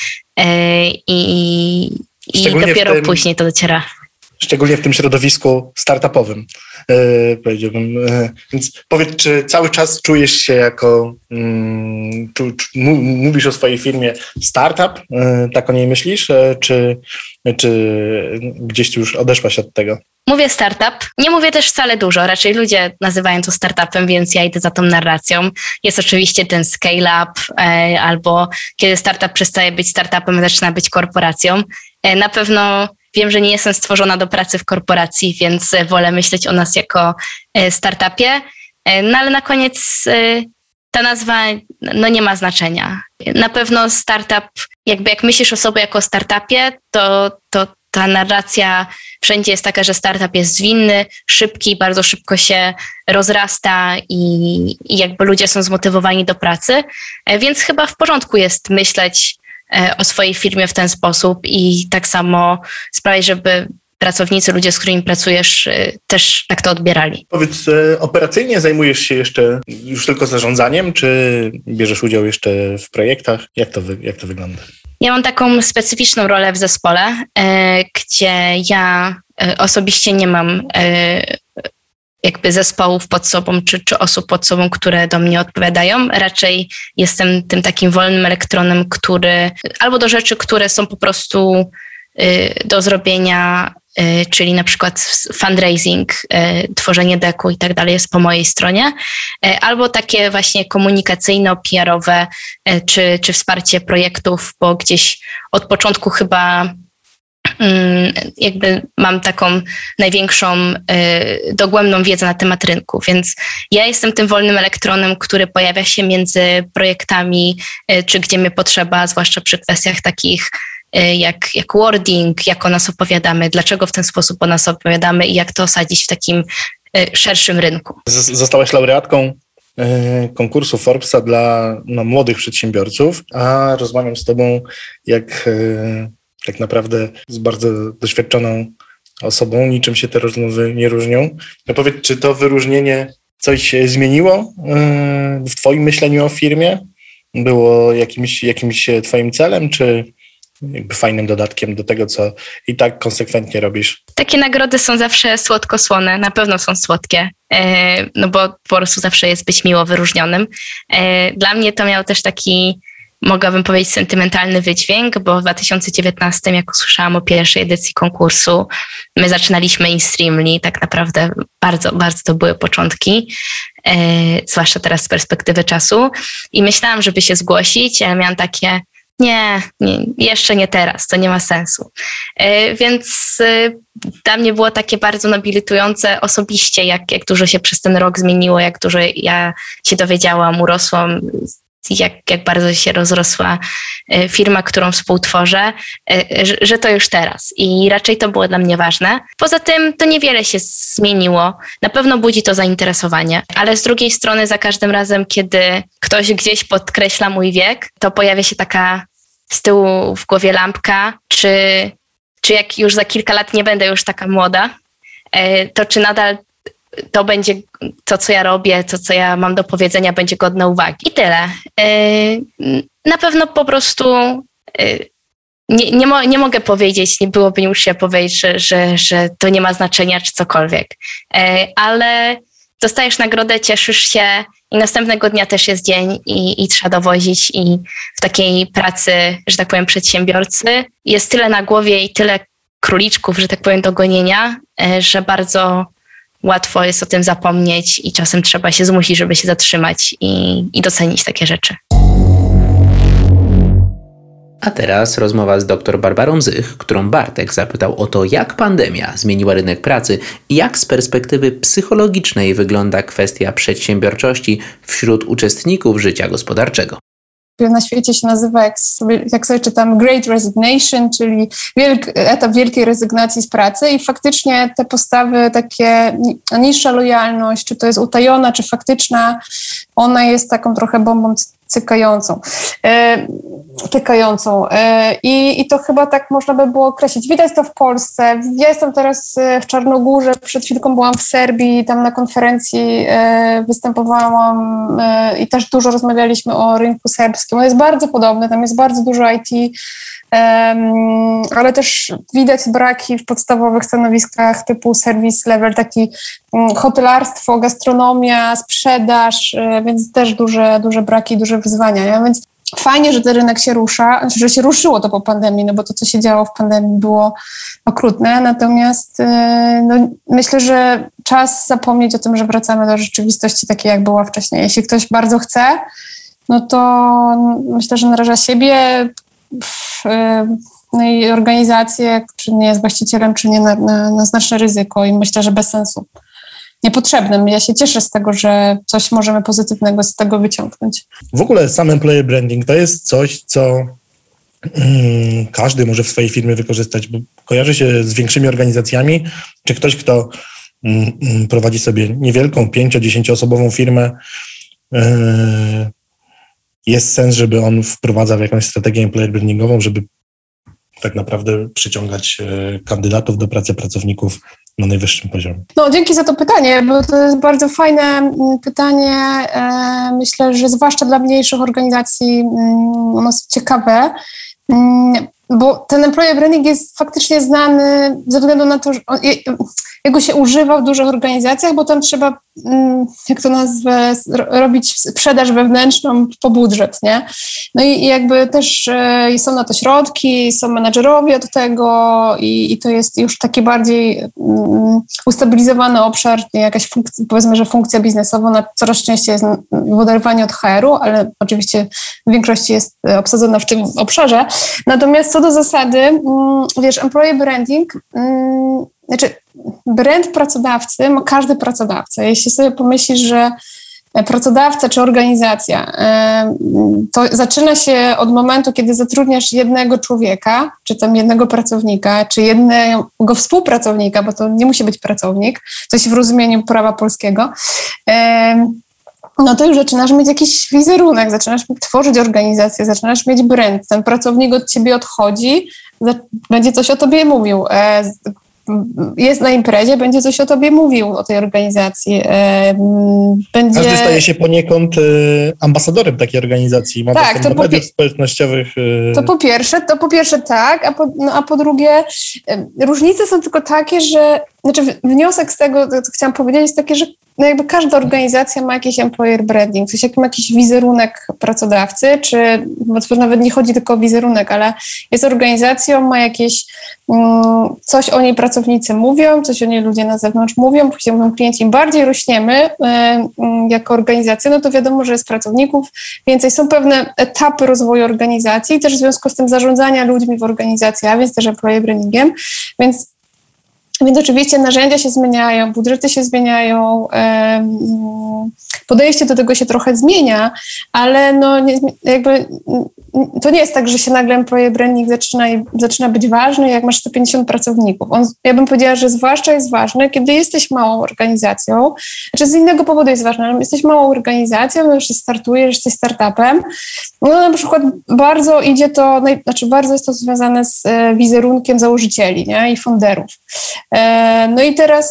i, i dopiero tym, później to dociera. Szczególnie w tym środowisku startupowym, yy, powiedziałbym. Yy, więc powiedz, czy cały czas czujesz się jako, yy, czu, czu, mówisz o swojej firmie startup, yy, tak o niej myślisz, yy, czy, czy gdzieś już odeszłaś od tego? Mówię startup. Nie mówię też wcale dużo. Raczej ludzie nazywają to startupem, więc ja idę za tą narracją. Jest oczywiście ten scale-up e, albo kiedy startup przestaje być startupem, zaczyna być korporacją. E, na pewno wiem, że nie jestem stworzona do pracy w korporacji, więc wolę myśleć o nas jako e, startupie. E, no ale na koniec e, ta nazwa no, nie ma znaczenia. Na pewno startup, jakby jak myślisz o sobie jako startupie, to, to ta narracja wszędzie jest taka, że startup jest zwinny, szybki, bardzo szybko się rozrasta i, i jakby ludzie są zmotywowani do pracy, więc chyba w porządku jest myśleć o swojej firmie w ten sposób i tak samo sprawiać, żeby pracownicy, ludzie, z którymi pracujesz, też tak to odbierali. Powiedz, operacyjnie zajmujesz się jeszcze już tylko zarządzaniem, czy bierzesz udział jeszcze w projektach? Jak to, jak to wygląda? Ja mam taką specyficzną rolę w zespole, gdzie ja osobiście nie mam jakby zespołów pod sobą, czy, czy osób pod sobą, które do mnie odpowiadają. Raczej jestem tym takim wolnym elektronem, który albo do rzeczy, które są po prostu do zrobienia, czyli na przykład fundraising, tworzenie deku i tak dalej jest po mojej stronie, albo takie właśnie komunikacyjno, P R-owe, czy, czy wsparcie projektów, bo gdzieś od początku chyba jakby mam taką największą dogłębną wiedzę na temat rynku, więc ja jestem tym wolnym elektronem, który pojawia się między projektami, czy gdzie mnie potrzeba, zwłaszcza przy kwestiach takich jak, jak wording, jak o nas opowiadamy, dlaczego w ten sposób o nas opowiadamy i jak to osadzić w takim szerszym rynku. Zostałaś laureatką konkursu Forbesa dla no, młodych przedsiębiorców, a rozmawiam z tobą jak tak naprawdę z bardzo doświadczoną osobą, niczym się te rozmowy nie różnią. No powiedz, czy to wyróżnienie coś zmieniło w twoim myśleniu o firmie? Było jakimś, jakimś twoim celem, czy jakby fajnym dodatkiem do tego, co i tak konsekwentnie robisz? Takie nagrody są zawsze słodko-słone, na pewno są słodkie, no bo po prostu zawsze jest być miło wyróżnionym. Dla mnie to miał też taki, mogłabym powiedzieć, sentymentalny wydźwięk, bo w dwa tysiące dziewiętnastym, jak usłyszałam o pierwszej edycji konkursu, my zaczynaliśmy InStreamly, tak naprawdę bardzo, bardzo to były początki, e, zwłaszcza teraz z perspektywy czasu i myślałam, żeby się zgłosić, ale miałam takie, nie, nie jeszcze nie teraz, to nie ma sensu. E, więc e, dla mnie było takie bardzo nobilitujące osobiście, jak, jak dużo się przez ten rok zmieniło, jak dużo ja się dowiedziałam, urosłam, Jak, jak bardzo się rozrosła firma, którą współtworzę, że to już teraz i raczej to było dla mnie ważne. Poza tym to niewiele się zmieniło. Na pewno budzi to zainteresowanie, ale z drugiej strony za każdym razem, kiedy ktoś gdzieś podkreśla mój wiek, to pojawia się taka z tyłu w głowie lampka, czy, czy jak już za kilka lat nie będę już taka młoda, to czy nadal to będzie to, co ja robię, to, co ja mam do powiedzenia, będzie godne uwagi. I tyle. na pewno po prostu nie, nie, mo, nie mogę powiedzieć, nie byłoby nieuczciwe powiedzieć, że, że, że to nie ma znaczenia czy cokolwiek, ale dostajesz nagrodę, cieszysz się i następnego dnia też jest dzień i, i trzeba dowozić i w takiej pracy, że tak powiem, przedsiębiorcy jest tyle na głowie i tyle króliczków, że tak powiem, do gonienia, że bardzo łatwo jest o tym zapomnieć i czasem trzeba się zmusić, żeby się zatrzymać i, i docenić takie rzeczy. A teraz rozmowa z dr Barbarą Zych, którą Bartek zapytał o to, jak pandemia zmieniła rynek pracy i jak z perspektywy psychologicznej wygląda kwestia przedsiębiorczości wśród uczestników życia gospodarczego. Na świecie się nazywa, jak sobie, jak sobie czytam, Great Resignation, czyli wielk, etap wielkiej rezygnacji z pracy i faktycznie te postawy takie, niższa lojalność, czy to jest utajona, czy faktyczna, ona jest taką trochę bombą cykającą, e, tykającą. E, i, I to chyba tak można by było określić. Widać to w Polsce. Ja jestem teraz w Czarnogórze, przed chwilką byłam w Serbii, tam na konferencji e, występowałam e, i też dużo rozmawialiśmy o rynku serbskim. On jest bardzo podobny, tam jest bardzo dużo I T, Um, ale też widać braki w podstawowych stanowiskach typu service level, taki um, hotelarstwo, gastronomia, sprzedaż, y, więc też duże, duże braki, duże wyzwania. Ja? Więc fajnie, że ten rynek się rusza, że się ruszyło to po pandemii, no bo to, co się działo w pandemii, było okrutne, natomiast y, no, myślę, że czas zapomnieć o tym, że wracamy do rzeczywistości takiej, jak była wcześniej. Jeśli ktoś bardzo chce, no to myślę, że naraża siebie, no i organizację, czy nie jest właścicielem, czy nie, na, na, na znaczne ryzyko i myślę, że bez sensu. Niepotrzebnym. Ja się cieszę z tego, że coś możemy pozytywnego z tego wyciągnąć. W ogóle sam employer branding to jest coś, co mm, każdy może w swojej firmie wykorzystać, bo kojarzy się z większymi organizacjami, czy ktoś, kto mm, prowadzi sobie niewielką, pięcio-dziesięcioosobową firmę, yy, jest sens, żeby on wprowadzał jakąś strategię employer brandingową, żeby tak naprawdę przyciągać kandydatów do pracy, pracowników na najwyższym poziomie. No, dzięki za to pytanie, bo to jest bardzo fajne pytanie. Myślę, że zwłaszcza dla mniejszych organizacji ono jest ciekawe, bo ten employer branding jest faktycznie znany ze względu na to, że on, jego się używa w dużych organizacjach, bo tam trzeba, jak to nazwę, robić sprzedaż wewnętrzną po budżet, nie? No i jakby też są na to środki, są menadżerowie od tego i, i to jest już taki bardziej um, ustabilizowany obszar, nie jakaś funkcja, powiedzmy, że funkcja biznesowa, ona coraz częściej jest w oderwaniu od H R-u, ale oczywiście w większości jest obsadzona w tym obszarze. Natomiast co do zasady, um, wiesz, employer branding, um, znaczy brand pracodawcy ma każdy pracodawca. Jeśli sobie pomyślisz, że pracodawca czy organizacja, to zaczyna się od momentu, kiedy zatrudniasz jednego człowieka, czy tam jednego pracownika, czy jednego współpracownika, bo to nie musi być pracownik, coś w rozumieniu prawa polskiego, no to już zaczynasz mieć jakiś wizerunek, zaczynasz tworzyć organizację, zaczynasz mieć brand, ten pracownik od ciebie odchodzi, będzie coś o tobie mówił, jest na imprezie, będzie coś o tobie mówił, o tej organizacji. Będzie... Każdy staje się poniekąd ambasadorem takiej organizacji. Ma tak, to do mediów po... społecznościowych. To po pierwsze, to po pierwsze tak, a po, no, a po drugie różnice są tylko takie, że znaczy wniosek z tego, co chciałam powiedzieć, jest taki, że no jakby każda organizacja ma jakiś employer branding, coś, ma jakiś wizerunek pracodawcy, czy bo to nawet nie chodzi tylko o wizerunek, ale jest organizacją, ma jakieś um, coś o niej pracownicy mówią, coś o niej ludzie na zewnątrz mówią, później mówią klienci. Im bardziej rośniemy um, jako organizacja, no to wiadomo, że jest pracowników więcej. Są pewne etapy rozwoju organizacji i też w związku z tym zarządzania ludźmi w organizacji, a więc też employer brandingiem, więc Więc oczywiście narzędzia się zmieniają, budżety się zmieniają, podejście do tego się trochę zmienia, ale no nie, jakby to nie jest tak, że się nagle employer branding zaczyna, zaczyna być ważny, jak masz sto pięćdziesiąt pracowników. On, ja bym powiedziała, że zwłaszcza jest ważny, kiedy jesteś małą organizacją, znaczy z innego powodu jest ważny, ale jesteś małą organizacją, no już się startujesz, jesteś startupem, no na przykład bardzo idzie to, znaczy bardzo jest to związane z wizerunkiem założycieli, nie? I founderów. No i teraz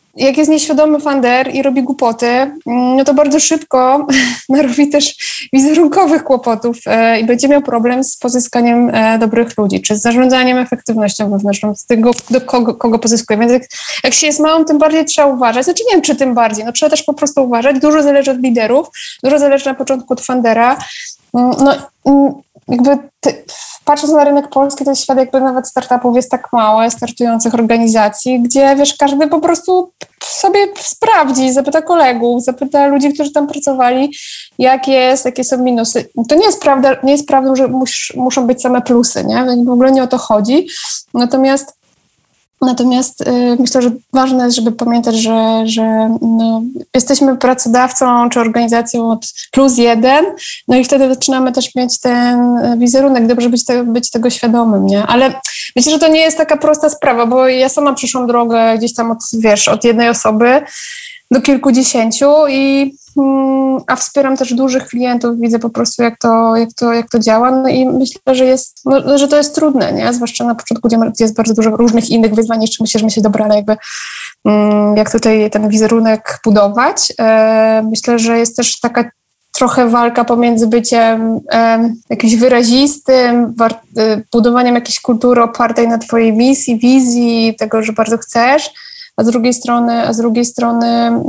jak jest nieświadomy funder i robi głupoty, no to bardzo szybko narobi też wizerunkowych kłopotów i będzie miał problem z pozyskaniem dobrych ludzi, czy z zarządzaniem efektywnością wewnętrzną, z tego, do kogo, kogo pozyskuje. Więc jak, jak się jest małym, tym bardziej trzeba uważać. Znaczy nie wiem, czy tym bardziej. No trzeba też po prostu uważać. Dużo zależy od liderów, dużo zależy na początku od fundera. No jakby ty, patrząc na rynek polski, to świat jakby nawet startupów jest tak mały, startujących organizacji, gdzie wiesz, każdy po prostu sobie sprawdzi, zapyta kolegów, zapyta ludzi, którzy tam pracowali, jak jest, jakie są minusy. To nie jest prawda, nie jest prawdą, że mus, muszą być same plusy, nie? W ogóle nie o to chodzi. Natomiast Natomiast y, myślę, że ważne jest, żeby pamiętać, że, że no, jesteśmy pracodawcą czy organizacją od plus jeden, no i wtedy zaczynamy też mieć ten wizerunek, dobrze być, te, być tego świadomym, nie? Ale myślę, że to nie jest taka prosta sprawa, bo ja sama przeszłam drogę gdzieś tam od, wiesz, od jednej osoby do kilkudziesięciu i a wspieram też dużych klientów, widzę po prostu jak to, jak to, jak to działa, no i myślę, że jest, no, że to jest trudne, nie? Zwłaszcza na początku, gdzie jest bardzo dużo różnych innych wyzwań, jeszcze myślę, że myśleć, dobra, ale jakby jak tutaj ten wizerunek budować. Myślę, że jest też taka trochę walka pomiędzy byciem e, jakimś wyrazistym, war, e, budowaniem jakiejś kultury opartej na twojej misji, wizji, tego, że bardzo chcesz, a z drugiej strony, a z drugiej strony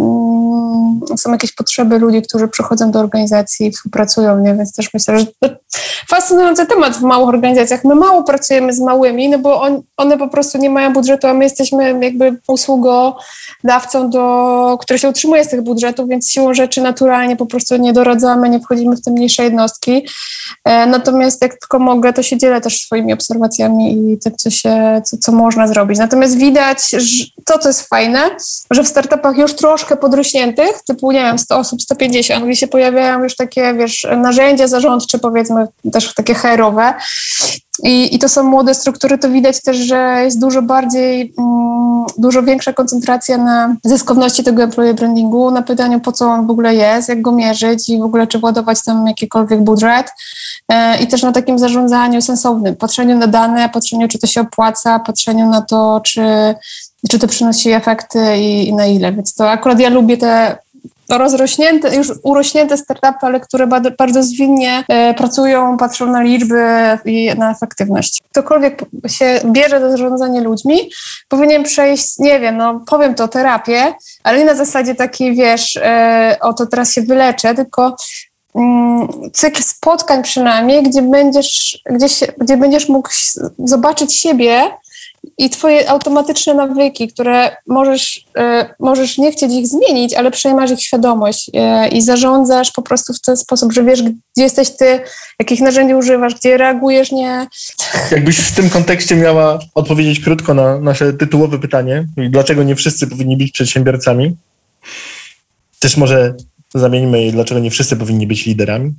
mm, są jakieś potrzeby ludzi, którzy przychodzą do organizacji i współpracują, nie? Więc też myślę, że to fascynujący temat w małych organizacjach. My mało pracujemy z małymi, no bo on, one po prostu nie mają budżetu, a my jesteśmy jakby usługodawcą, do, który się utrzymuje z tych budżetów, więc siłą rzeczy naturalnie po prostu nie doradzamy, nie wchodzimy w te mniejsze jednostki. E, natomiast jak tylko mogę, to się dzielę też swoimi obserwacjami i tym, co się, co, co można zrobić. Natomiast widać, że to, co jest fajne, że w startupach już troszkę podrośniętych, typu, nie wiem, sto osób, sto pięćdziesiąt, gdzie się pojawiają już takie, wiesz, narzędzia zarządcze, powiedzmy, też takie H R-owe i, i to są młode struktury, to widać też, że jest dużo bardziej, mm, dużo większa koncentracja na zyskowności tego employee brandingu, na pytaniu, po co on w ogóle jest, jak go mierzyć i w ogóle czy władować tam jakikolwiek budżet e, i też na takim zarządzaniu sensownym, patrzeniu na dane, patrzeniu, czy to się opłaca, patrzeniu na to, czy czy to przynosi efekty i, i na ile. Więc to akurat ja lubię te rozrośnięte, już urośnięte startupy, ale które bardzo, bardzo zwinnie e, pracują, patrzą na liczby i na efektywność. Ktokolwiek się bierze za zarządzanie ludźmi, powinien przejść, nie wiem, no powiem to, terapię, ale nie na zasadzie takiej, wiesz, e, o to teraz się wyleczę, tylko mm, cykl spotkań przynajmniej, gdzie będziesz, gdzie, się, gdzie będziesz mógł zobaczyć siebie i twoje automatyczne nawyki, które możesz, y, możesz nie chcieć ich zmienić, ale przejmasz ich świadomość y, i zarządzasz po prostu w ten sposób, że wiesz, gdzie jesteś ty, jakich narzędzi używasz, gdzie reagujesz, nie... Jakbyś w tym kontekście miała odpowiedzieć krótko na nasze tytułowe pytanie, dlaczego nie wszyscy powinni być przedsiębiorcami? Też może zamieńmy je, dlaczego nie wszyscy powinni być liderami?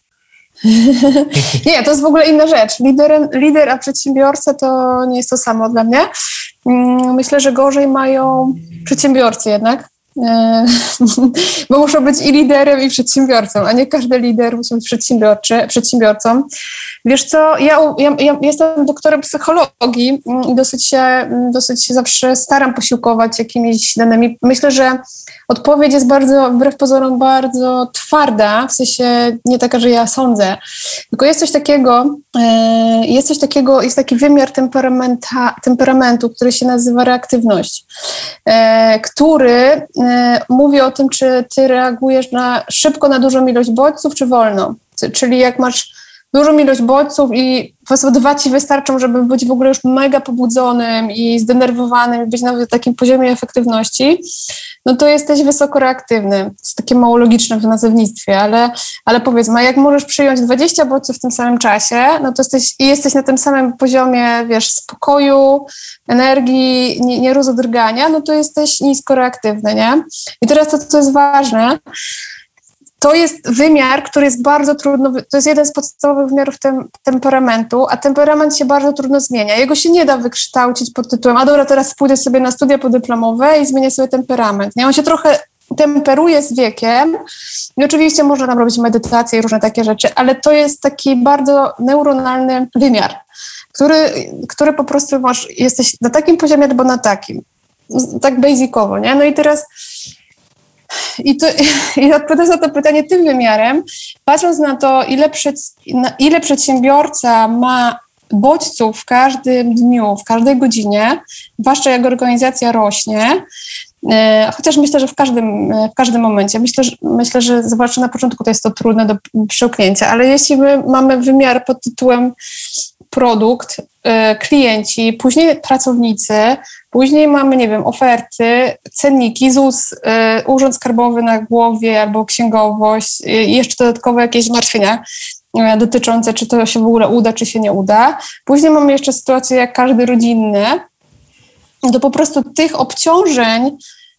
Nie, to jest w ogóle inna rzecz. Lider, lider a przedsiębiorca to nie jest to samo dla mnie. Myślę, że gorzej mają przedsiębiorcy jednak, bo muszą być i liderem, i przedsiębiorcą, a nie każdy lider musi być przedsiębiorczy, przedsiębiorcą. Wiesz co, ja, ja, ja jestem doktorem psychologii i dosyć się, dosyć się zawsze staram posiłkować jakimiś danymi. Myślę, że odpowiedź jest bardzo, wbrew pozorom, bardzo twarda, w sensie nie taka, że ja sądzę, tylko jest coś takiego, jest coś takiego, jest taki wymiar temperamenta, temperamentu, który się nazywa reaktywność, który mówi o tym, czy ty reagujesz na, szybko na dużą ilość bodźców, czy wolno. Czyli jak masz dużą ilość bodźców i po prostu dwa ci wystarczą, żeby być w ogóle już mega pobudzonym i zdenerwowanym i być na takim poziomie efektywności, no to jesteś wysoko reaktywny. To jest takie mało logiczne w nazewnictwie, ale, ale powiedzmy, jak możesz przyjąć dwadzieścia bodźców w tym samym czasie, no to jesteś, i jesteś na tym samym poziomie, wiesz, spokoju, energii, nie, nie rozodrgania, no to jesteś nisko reaktywny, nie? I teraz to, co jest ważne, to jest wymiar, który jest bardzo trudno, to jest jeden z podstawowych wymiarów tem, temperamentu, a temperament się bardzo trudno zmienia. Jego się nie da wykształcić pod tytułem, a dobra, teraz pójdę sobie na studia podyplomowe i zmienię sobie temperament. Nie? On się trochę temperuje z wiekiem i oczywiście można tam robić medytację i różne takie rzeczy, ale to jest taki bardzo neuronalny wymiar, który, który po prostu masz, jesteś na takim poziomie albo na takim. tak basicowo, nie? No i teraz i, to, i odpowiadając na to pytanie tym wymiarem, patrząc na to, ile, przed, na ile przedsiębiorca ma bodźców w każdym dniu, w każdej godzinie, zwłaszcza jak organizacja rośnie, chociaż myślę, że w każdym, w każdym momencie. Myślę, że, myślę, że zwłaszcza na początku to jest to trudne do przełknięcia, ale jeśli my mamy wymiar pod tytułem produkt, klienci, później pracownicy, później mamy, nie wiem, oferty, cenniki, ZUS, urząd skarbowy na głowie albo księgowość, i jeszcze dodatkowo jakieś zmartwienia dotyczące, czy to się w ogóle uda, czy się nie uda. Później mamy jeszcze sytuację jak każdy rodzinny, to po prostu tych obciążeń,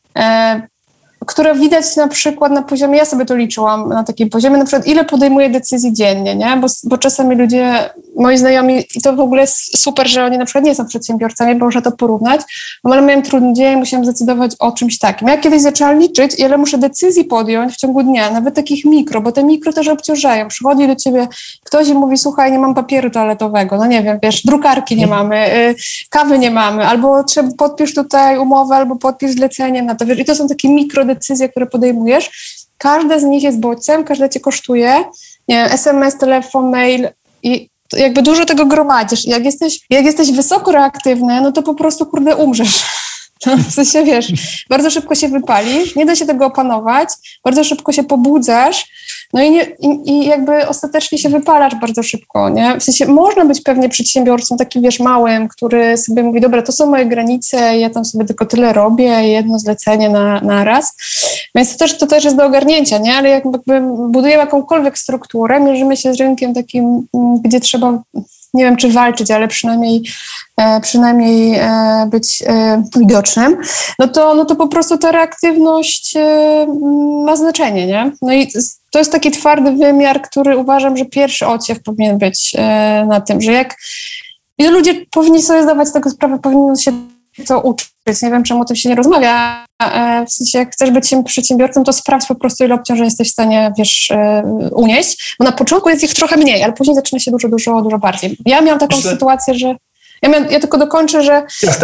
e, które widać na przykład na poziomie, ja sobie to liczyłam na takim poziomie, na przykład ile podejmuję decyzji dziennie, nie? Bo, bo czasami ludzie, moi znajomi, i to w ogóle jest super, że oni na przykład nie są przedsiębiorcami, bo można to porównać, ale miałem trudny dzień, musiałam zdecydować o czymś takim. Ja kiedyś zaczęłam liczyć, ile muszę decyzji podjąć w ciągu dnia, nawet takich mikro, bo te mikro też obciążają. Przychodzi do ciebie ktoś i mówi, słuchaj, nie mam papieru toaletowego, no nie wiem, wiesz, drukarki nie mamy, y, kawy nie mamy, albo trzeba podpisz tutaj umowę, albo podpisz zlecenie na to, wiesz, i to są takie mikro decyzje, które podejmujesz. Każda z nich jest bodźcem, każda cię kosztuje. Nie wiem, es em es, telefon, mail i jakby dużo tego gromadzisz. Jak jesteś, jak jesteś wysoko reaktywny, no to po prostu, kurde, umrzesz. No, w sensie, wiesz, bardzo szybko się wypalisz, nie da się tego opanować, bardzo szybko się pobudzasz, no i, nie, i, i jakby ostatecznie się wypalasz bardzo szybko, nie? W sensie można być pewnie przedsiębiorcą takim, wiesz, małym, który sobie mówi, dobra, to są moje granice, ja tam sobie tylko tyle robię, jedno zlecenie na, na raz, więc to też, to też jest do ogarnięcia, nie? Ale jakby budujemy jakąkolwiek strukturę, mierzymy się z rynkiem takim, gdzie trzeba, nie wiem, czy walczyć, ale przynajmniej e, przynajmniej e, być e, widocznym, no to, no to po prostu ta reaktywność e, ma znaczenie, nie? No i to jest taki twardy wymiar, który uważam, że pierwszy odsiew powinien być e, na tym, że jak i ludzie powinni sobie zdawać z tego sprawę, powinni się to uczyć. Nie wiem, czemu o tym się nie rozmawia. E, w sensie, jak chcesz być przedsiębiorcą, to sprawdź po prostu, ile obciążeń jesteś w stanie, wiesz, e, unieść, bo na początku jest ich trochę mniej, ale później zaczyna się dużo, dużo, dużo bardziej. Ja miałam taką Myślę... sytuację, że ja, miałam, ja tylko dokończę, że,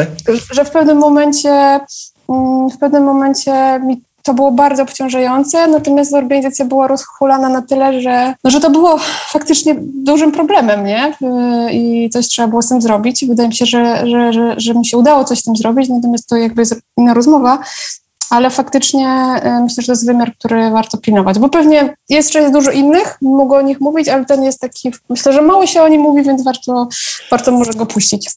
że w pewnym momencie w pewnym momencie mi to było bardzo obciążające, natomiast organizacja była rozchulana na tyle, że, no, że to było faktycznie dużym problemem, nie? I coś trzeba było z tym zrobić. Wydaje mi się, że, że, że, że mi się udało coś z tym zrobić, natomiast to jakby jest inna rozmowa, ale faktycznie myślę, że to jest wymiar, który warto pilnować, bo pewnie jeszcze jest dużo innych, mogę o nich mówić, ale ten jest taki, myślę, że mało się o nim mówi, więc warto, warto może go puścić.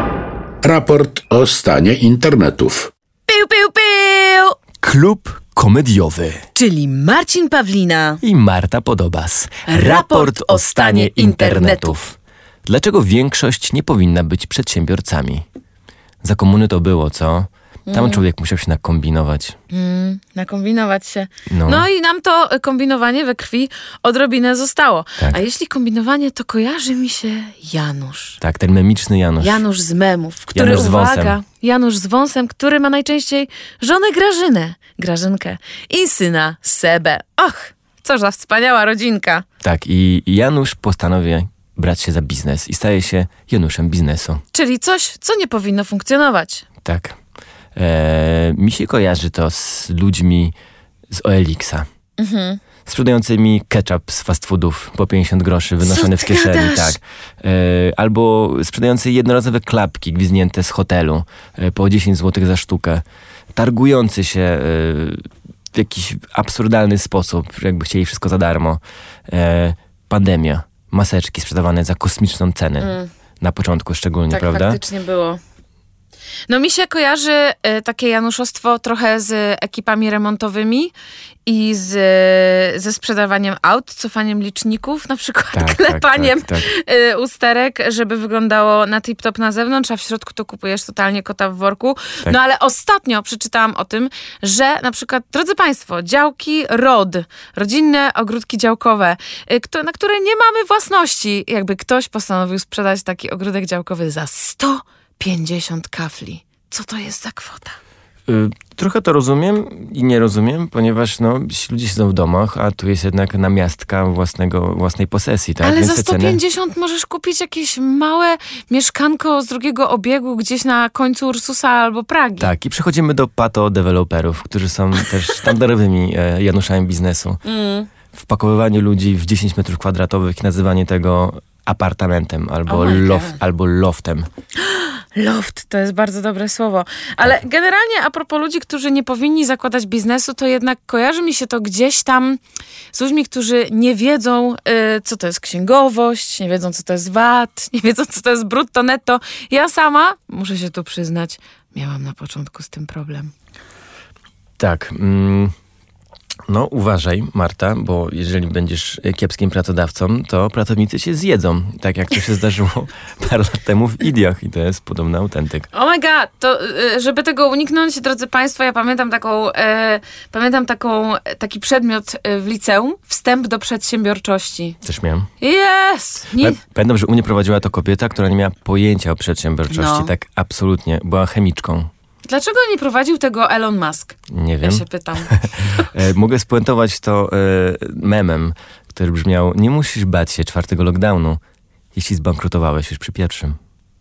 Raport o stanie internetów. Piu, piu, piu! Klub komediowy. Czyli Marcin Pawlina i Marta Podobas. Raport, Raport o stanie internetów. Dlaczego większość nie powinna być przedsiębiorcami? Za komuny to było, co? Tam mm. człowiek musiał się nakombinować. Mm, nakombinować się. No. no i nam to kombinowanie we krwi odrobinę zostało. Tak. A jeśli kombinowanie, to kojarzy mi się Janusz. Tak, ten memiczny Janusz. Janusz z memów, który, Janusz z uwaga, wąsem. Janusz z wąsem, który ma najczęściej żonę Grażynę, Grażynkę i syna Sebę. Och, co za wspaniała rodzinka. Tak, i Janusz postanawia brać się za biznes i staje się Januszem biznesu. Czyli coś, co nie powinno funkcjonować. Tak. Eee, mi się kojarzy to z ludźmi z O L X a. Mhm. Sprzedającymi ketchup z fast foodów po pięćdziesiąt groszy wynoszony w kieszeni. Tak. Eee, albo sprzedający jednorazowe klapki gwizdnięte z hotelu e, po dziesięć złotych za sztukę. Targujący się e, w jakiś absurdalny sposób, jakby chcieli wszystko za darmo. E, pandemia. Maseczki sprzedawane za kosmiczną cenę. Mm. Na początku szczególnie, tak, prawda? Tak, faktycznie było. No mi się kojarzy y, takie januszostwo trochę z ekipami remontowymi i z, ze sprzedawaniem aut, cofaniem liczników, na przykład tak, klepaniem tak, tak, tak. Y, usterek, żeby wyglądało na tip-top na zewnątrz, a w środku to kupujesz totalnie kota w worku. Tak. No ale ostatnio przeczytałam o tym, że na przykład, drodzy Państwo, działki R O D, rodzinne ogródki działkowe, y, kto, na które nie mamy własności, jakby ktoś postanowił sprzedać taki ogródek działkowy za sto pięćdziesiąt kafli. Co to jest za kwota? Trochę to rozumiem i nie rozumiem, ponieważ no, ludzie siedzą w domach, a tu jest jednak namiastka własnego, własnej posesji. Tak? Ale Więc za te sto ceny... pięćdziesiąt możesz kupić jakieś małe mieszkanko z drugiego obiegu gdzieś na końcu Ursusa albo Pragi. Tak, i przechodzimy do pato-deweloperów, którzy są też sztandarowymi e, Januszami biznesu. Mm. Wpakowywanie ludzi w dziesięć metrów kwadratowych i nazywanie tego apartamentem albo, Oh loft, albo loftem. Loft, to jest bardzo dobre słowo. Ale tak. Generalnie a propos ludzi, którzy nie powinni zakładać biznesu, to jednak kojarzy mi się to gdzieś tam z ludźmi, którzy nie wiedzą, y, co to jest księgowość, nie wiedzą, co to jest V A T, nie wiedzą, co to jest brutto, netto. Ja sama, muszę się tu przyznać, miałam na początku z tym problem. Tak. Mm. No uważaj, Marta, bo jeżeli będziesz kiepskim pracodawcą, to pracownicy cię zjedzą. Tak jak to się zdarzyło parę lat temu w Idiach i to jest podobny autentyk. Oh my god, to żeby tego uniknąć, drodzy państwo, ja pamiętam taką, e, pamiętam taką, taki przedmiot w liceum, wstęp do przedsiębiorczości. Też miałem. Yes! Nie... Pamiętam, że u mnie prowadziła to kobieta, która nie miała pojęcia o przedsiębiorczości. No. Tak absolutnie. Była chemiczką. Dlaczego nie prowadził tego Elon Musk? Nie wiem. Ja się pytam. Mogę spuentować to e, memem, który brzmiał: nie musisz bać się czwartego lockdownu, jeśli zbankrutowałeś już przy pierwszym.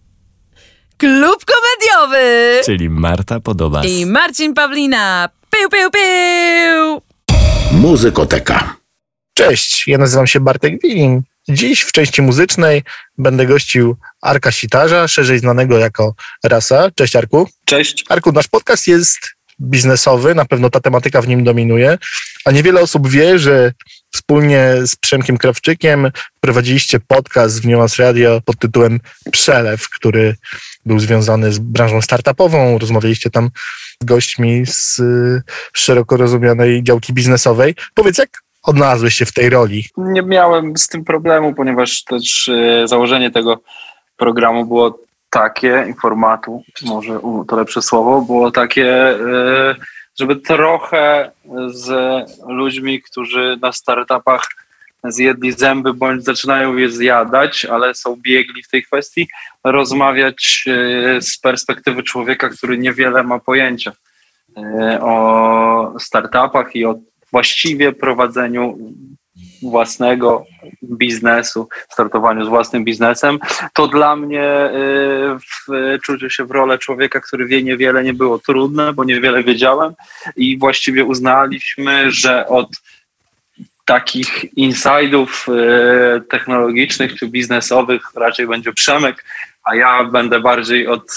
Klub komediowy! Czyli Marta Podobas. I Marcin Pawlina. Piu, piu, piu! Muzykoteka. Cześć, ja nazywam się Bartek Wilin. Dziś w części muzycznej będę gościł Arka Sitarza, szerzej znanego jako Rasa. Cześć, Arku. Cześć. Arku, nasz podcast jest biznesowy, na pewno ta tematyka w nim dominuje, a niewiele osób wie, że wspólnie z Przemkiem Krawczykiem prowadziliście podcast w Nuance Radio pod tytułem Przelew, który był związany z branżą startupową. Rozmawialiście tam z gośćmi z szeroko rozumianej działki biznesowej. Powiedz, jak odnalazłeś się w tej roli? Nie miałem z tym problemu, ponieważ też e, założenie tego programu było takie, i formatu, może to lepsze słowo, było takie, e, żeby trochę z ludźmi, którzy na startupach zjedli zęby bądź zaczynają je zjadać, ale są biegli w tej kwestii, rozmawiać e, z perspektywy człowieka, który niewiele ma pojęcia e, o startupach i o właściwie prowadzeniu własnego biznesu, startowaniu z własnym biznesem, to dla mnie wczucie się w rolę człowieka, który wie niewiele, nie było trudne, bo niewiele wiedziałem i właściwie uznaliśmy, że od takich insidów technologicznych czy biznesowych raczej będzie Przemek, a ja będę bardziej od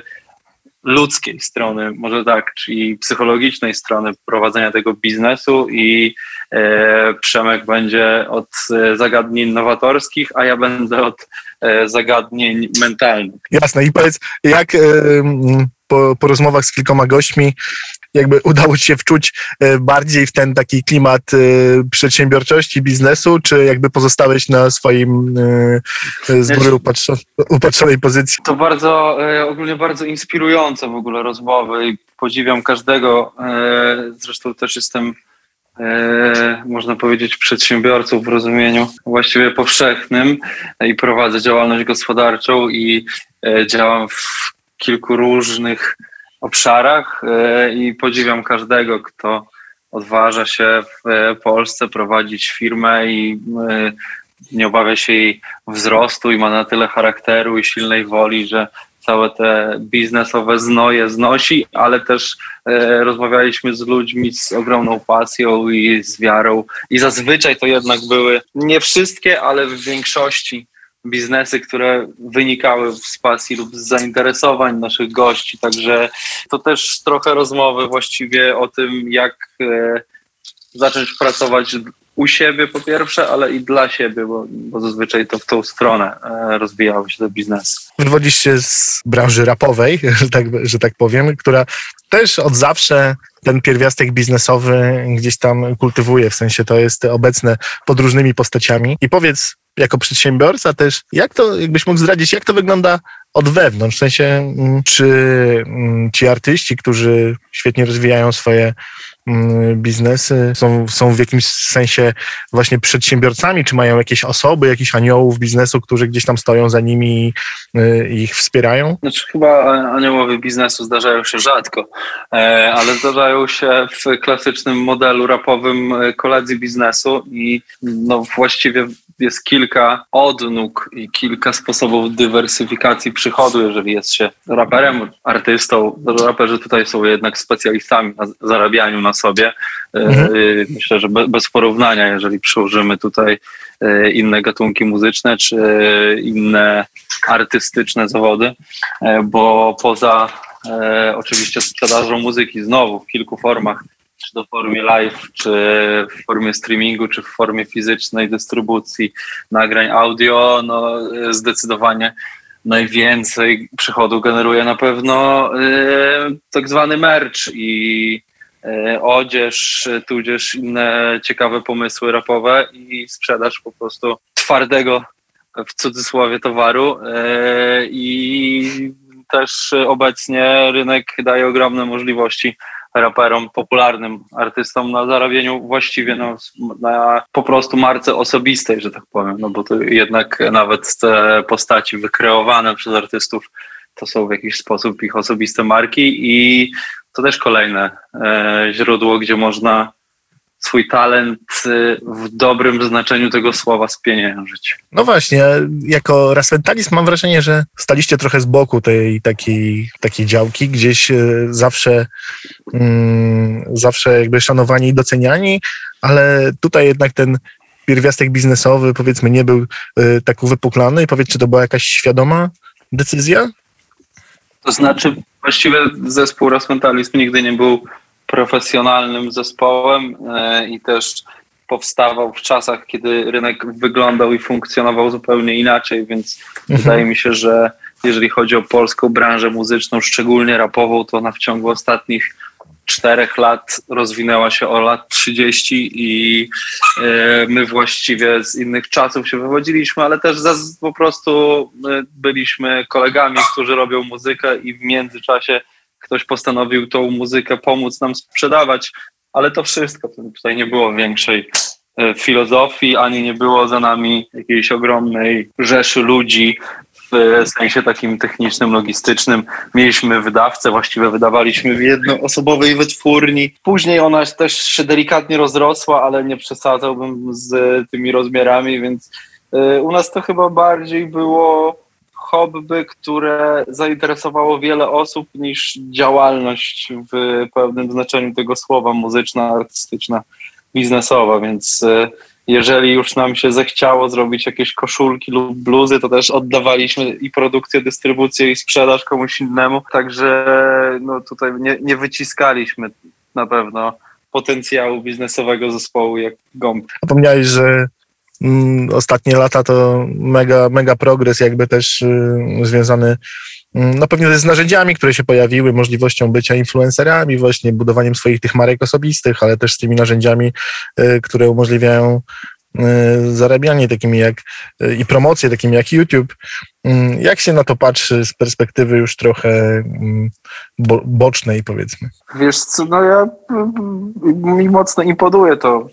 ludzkiej strony, może tak, czyli psychologicznej strony prowadzenia tego biznesu i e, Przemek będzie od e, zagadnień nowatorskich, a ja będę od e, zagadnień mentalnych. Jasne. I powiedz, jak e, po, po rozmowach z kilkoma gośćmi jakby udało ci się wczuć bardziej w ten taki klimat przedsiębiorczości, biznesu, czy jakby pozostałeś na swoim z góry upatrzo- upatrzonej pozycji? To bardzo, ogólnie bardzo inspirujące w ogóle rozmowy i podziwiam każdego. Zresztą też jestem, można powiedzieć, przedsiębiorcą w rozumieniu właściwie powszechnym i prowadzę działalność gospodarczą i działam w kilku różnych obszarach i podziwiam każdego, kto odważa się w Polsce prowadzić firmę i nie obawia się jej wzrostu i ma na tyle charakteru i silnej woli, że całe te biznesowe znoje znosi, ale też rozmawialiśmy z ludźmi z ogromną pasją i z wiarą i zazwyczaj to jednak były nie wszystkie, ale w większości biznesy, które wynikały z pasji lub z zainteresowań naszych gości. Także to też trochę rozmowy właściwie o tym, jak e, zacząć pracować u siebie po pierwsze, ale i dla siebie, bo, bo zazwyczaj to w tą stronę e, rozwijały się te biznesy. Wywodzisz się z branży rapowej, że tak, że tak powiem, która też od zawsze ten pierwiastek biznesowy gdzieś tam kultywuje, w sensie to jest obecne pod różnymi postaciami. I powiedz, jako przedsiębiorca też, jak to, jakbyś mógł zdradzić, jak to wygląda od wewnątrz, w sensie czy ci artyści, którzy świetnie rozwijają swoje biznesy są, są w jakimś sensie właśnie przedsiębiorcami, czy mają jakieś osoby, jakichś aniołów biznesu, którzy gdzieś tam stoją za nimi i ich wspierają? Znaczy chyba aniołowie biznesu zdarzają się rzadko, ale zdarzają się w klasycznym modelu rapowym koledzy biznesu i no właściwie jest kilka odnóg i kilka sposobów dywersyfikacji przychodu, jeżeli jest się raperem, artystą. Raperzy tutaj są jednak specjalistami na zarabianiu na sobie. Mhm. Myślę, że bez porównania, jeżeli przyłożymy tutaj inne gatunki muzyczne czy inne artystyczne zawody, bo poza oczywiście sprzedażą muzyki znowu w kilku formach, czy to w formie live, czy w formie streamingu, czy w formie fizycznej dystrybucji nagrań audio, no zdecydowanie najwięcej przychodu generuje na pewno y, tak zwany merch i y, odzież, tudzież inne ciekawe pomysły rapowe i sprzedaż po prostu twardego, w cudzysłowie, towaru y, i też obecnie rynek daje ogromne możliwości raperom, popularnym artystom na zarabianiu właściwie na, na po prostu marce osobistej, że tak powiem, no bo to jednak nawet te postaci wykreowane przez artystów to są w jakiś sposób ich osobiste marki i to też kolejne e, źródło, gdzie można swój talent w dobrym znaczeniu tego słowa spieniężyć. No właśnie, jako Rasmentalizm mam wrażenie, że staliście trochę z boku tej takiej, takiej działki, gdzieś zawsze, mm, zawsze jakby szanowani i doceniani, ale tutaj jednak ten pierwiastek biznesowy, powiedzmy, nie był y, tak uwypuklany i powiedz, czy to była jakaś świadoma decyzja? To znaczy właściwie zespół Rasmentalizm nigdy nie był profesjonalnym zespołem i też powstawał w czasach, kiedy rynek wyglądał i funkcjonował zupełnie inaczej, więc mhm. wydaje mi się, że jeżeli chodzi o polską branżę muzyczną, szczególnie rapową, to ona w ciągu ostatnich czterech lat rozwinęła się o lat trzydzieści i my właściwie z innych czasów się wywodziliśmy, ale też po prostu byliśmy kolegami, którzy robią muzykę i w międzyczasie ktoś postanowił tą muzykę pomóc nam sprzedawać, ale to wszystko. Tutaj nie było większej filozofii, ani nie było za nami jakiejś ogromnej rzeszy ludzi w sensie takim technicznym, logistycznym. Mieliśmy wydawcę, właściwie wydawaliśmy w jednoosobowej wytwórni. Później ona też się delikatnie rozrosła, ale nie przesadzałbym z tymi rozmiarami, więc u nas to chyba bardziej było hobby, które zainteresowało wiele osób niż działalność w pewnym znaczeniu tego słowa muzyczna, artystyczna, biznesowa, więc jeżeli już nam się zechciało zrobić jakieś koszulki lub bluzy, to też oddawaliśmy i produkcję, dystrybucję i sprzedaż komuś innemu, także no tutaj nie, nie wyciskaliśmy na pewno potencjału biznesowego zespołu jak gąb. Wspomniałeś, że ostatnie lata to mega, mega progres, jakby też y, związany no pewnie z narzędziami, które się pojawiły, możliwością bycia influencerami, właśnie budowaniem swoich tych marek osobistych, ale też z tymi narzędziami, y, które umożliwiają y, zarabianie takimi jak y, i promocje takimi jak YouTube. Y, jak się na to patrzy z perspektywy już trochę y, bo, bocznej, powiedzmy? Wiesz co, no ja mi mocno imponuje to,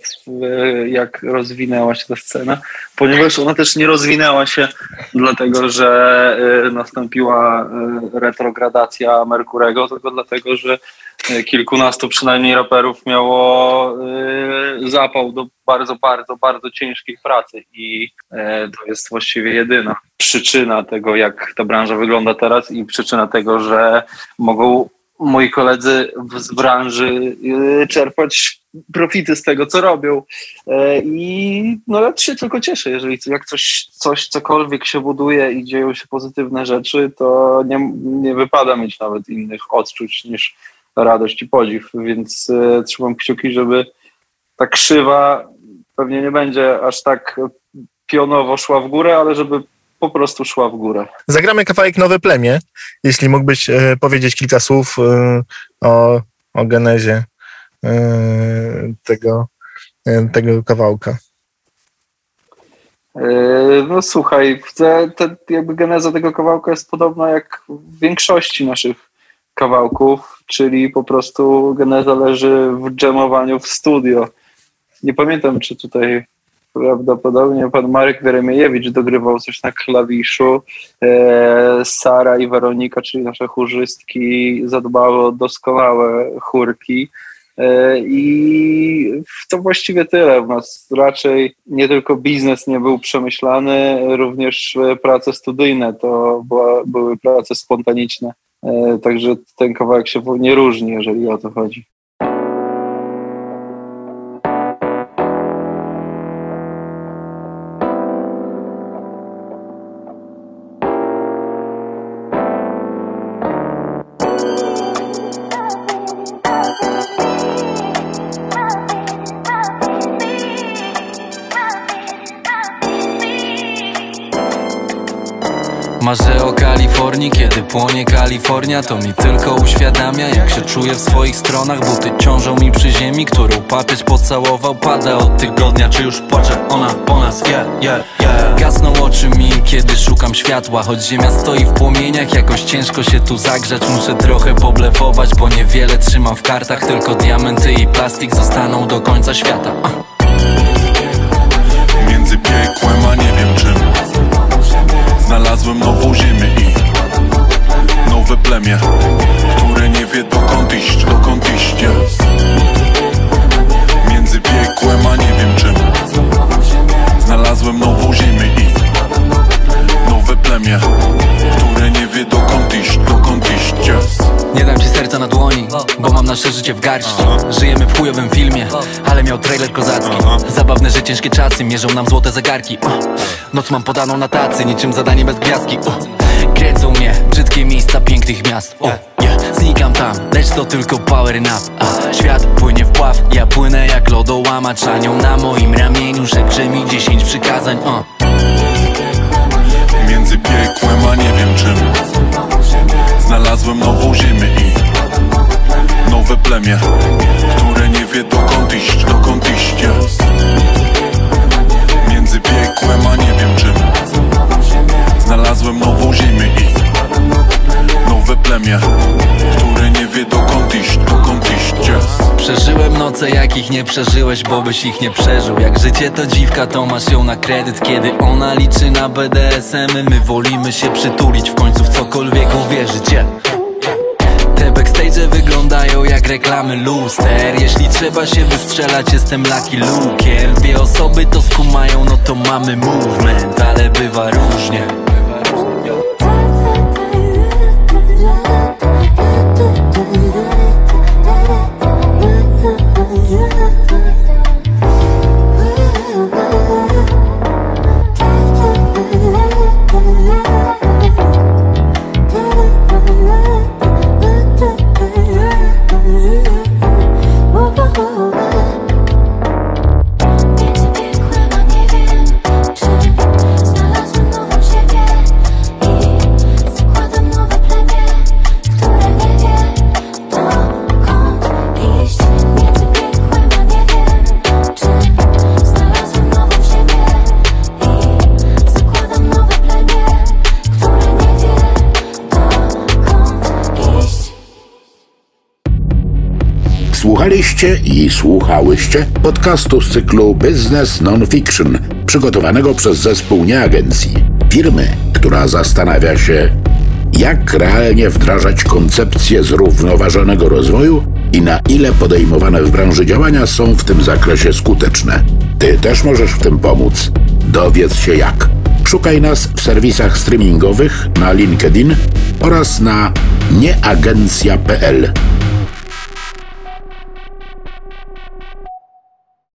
jak rozwinęła się ta scena, ponieważ ona też nie rozwinęła się dlatego, że nastąpiła retrogradacja Merkurego, tylko dlatego, że kilkunastu przynajmniej raperów miało zapał do bardzo, bardzo, bardzo ciężkiej pracy i to jest właściwie jedyna przyczyna tego, jak ta branża wygląda teraz i przyczyna tego, że mogą moi koledzy z branży czerpać profity z tego, co robią. I no ja się tylko cieszę, jeżeli jak coś, coś cokolwiek się buduje i dzieją się pozytywne rzeczy, to nie, nie wypada mieć nawet innych odczuć niż radość i podziw, więc trzymam kciuki, żeby ta krzywa pewnie nie będzie aż tak pionowo szła w górę, ale żeby po prostu szła w górę. Zagramy kawałek Nowe Plemię. Jeśli mógłbyś e, powiedzieć kilka słów e, o, o genezie e, tego, e, tego kawałka. E, no słuchaj, te, te, jakby geneza tego kawałka jest podobna jak w większości naszych kawałków, czyli po prostu geneza leży w dżemowaniu w studio. Nie pamiętam, czy tutaj prawdopodobnie pan Marek Wieremiejewicz dogrywał coś na klawiszu. E, Sara i Weronika, czyli nasze chórzystki, zadbały o doskonałe chórki. E, I to właściwie tyle. U nas raczej nie tylko biznes nie był przemyślany, również prace studyjne to była, były prace spontaniczne. E, także ten kawałek się nie różni, jeżeli o to chodzi. Marzę o Kalifornii, kiedy płonie Kalifornia. To mi tylko uświadamia, jak się czuję w swoich stronach. Buty ciążą mi przy ziemi, którą papież pocałował. Pada od tygodnia, czy już płacze ona po nas, yeah, yeah, yeah. Gasną oczy mi, kiedy szukam światła. Choć ziemia stoi w płomieniach, jakoś ciężko się tu zagrzać. Muszę trochę poblefować, bo niewiele trzymam w kartach. Tylko diamenty i plastik zostaną do końca świata. uh. Między piekłem a nie wiem czym znalazłem nową ziemię i nowe plemię, które nie wie dokąd iść, dokąd iść, yeah. Między piekłem a nie wiem czym znalazłem nową ziemię i nowe plemię, które nie wie dokąd iść, dokąd iść, yeah. Nie dam ci serca na dłoni, bo mam nasze życie w garści. Żyjemy w chujowym filmie, ale miał trailer kozacki. Zabawne, że ciężkie czasy mierzą nam złote zegarki. Noc mam podaną na tacy, niczym zadanie bez gwiazdki. Kręcą mnie brzydkie miejsca pięknych miast. O, yeah. Znikam tam, lecz to tylko power nap. A, świat płynie w pław, ja płynę jak lodołamacz. Anioł na moim ramieniu szepcze mi dziesięć przykazań. O. Między piekłem a nie wiem czym znalazłem nową ziemię i nowe plemię, które nie wie dokąd iść, dokąd iść, yeah. Między piekłem a nie wiem czym znalazłem nową ziemię i nowe plemię, które nie wie dokąd iść, dokąd iść, yeah. Przeżyłem noce, jakich nie przeżyłeś, bo byś ich nie przeżył. Jak życie to dziwka, to masz ją na kredyt. Kiedy ona liczy na B D S M-y, my wolimy się przytulić. W końcu w cokolwiek uwierzyć, yeah. Te backstage wyglądają jak reklamy luster. Jeśli trzeba się wystrzelać, jestem Lucky Luke'iem. Dwie osoby to skumają, no to mamy movement, ale bywa różnie. Słuchaliście i słuchałyście podcastu z cyklu Business Non-Fiction, przygotowanego przez zespół Nieagencji, firmy, która zastanawia się, jak realnie wdrażać koncepcję zrównoważonego rozwoju i na ile podejmowane w branży działania są w tym zakresie skuteczne. Ty też możesz w tym pomóc. Dowiedz się jak. Szukaj nas w serwisach streamingowych, na LinkedIn oraz na nieagencja kropka p l.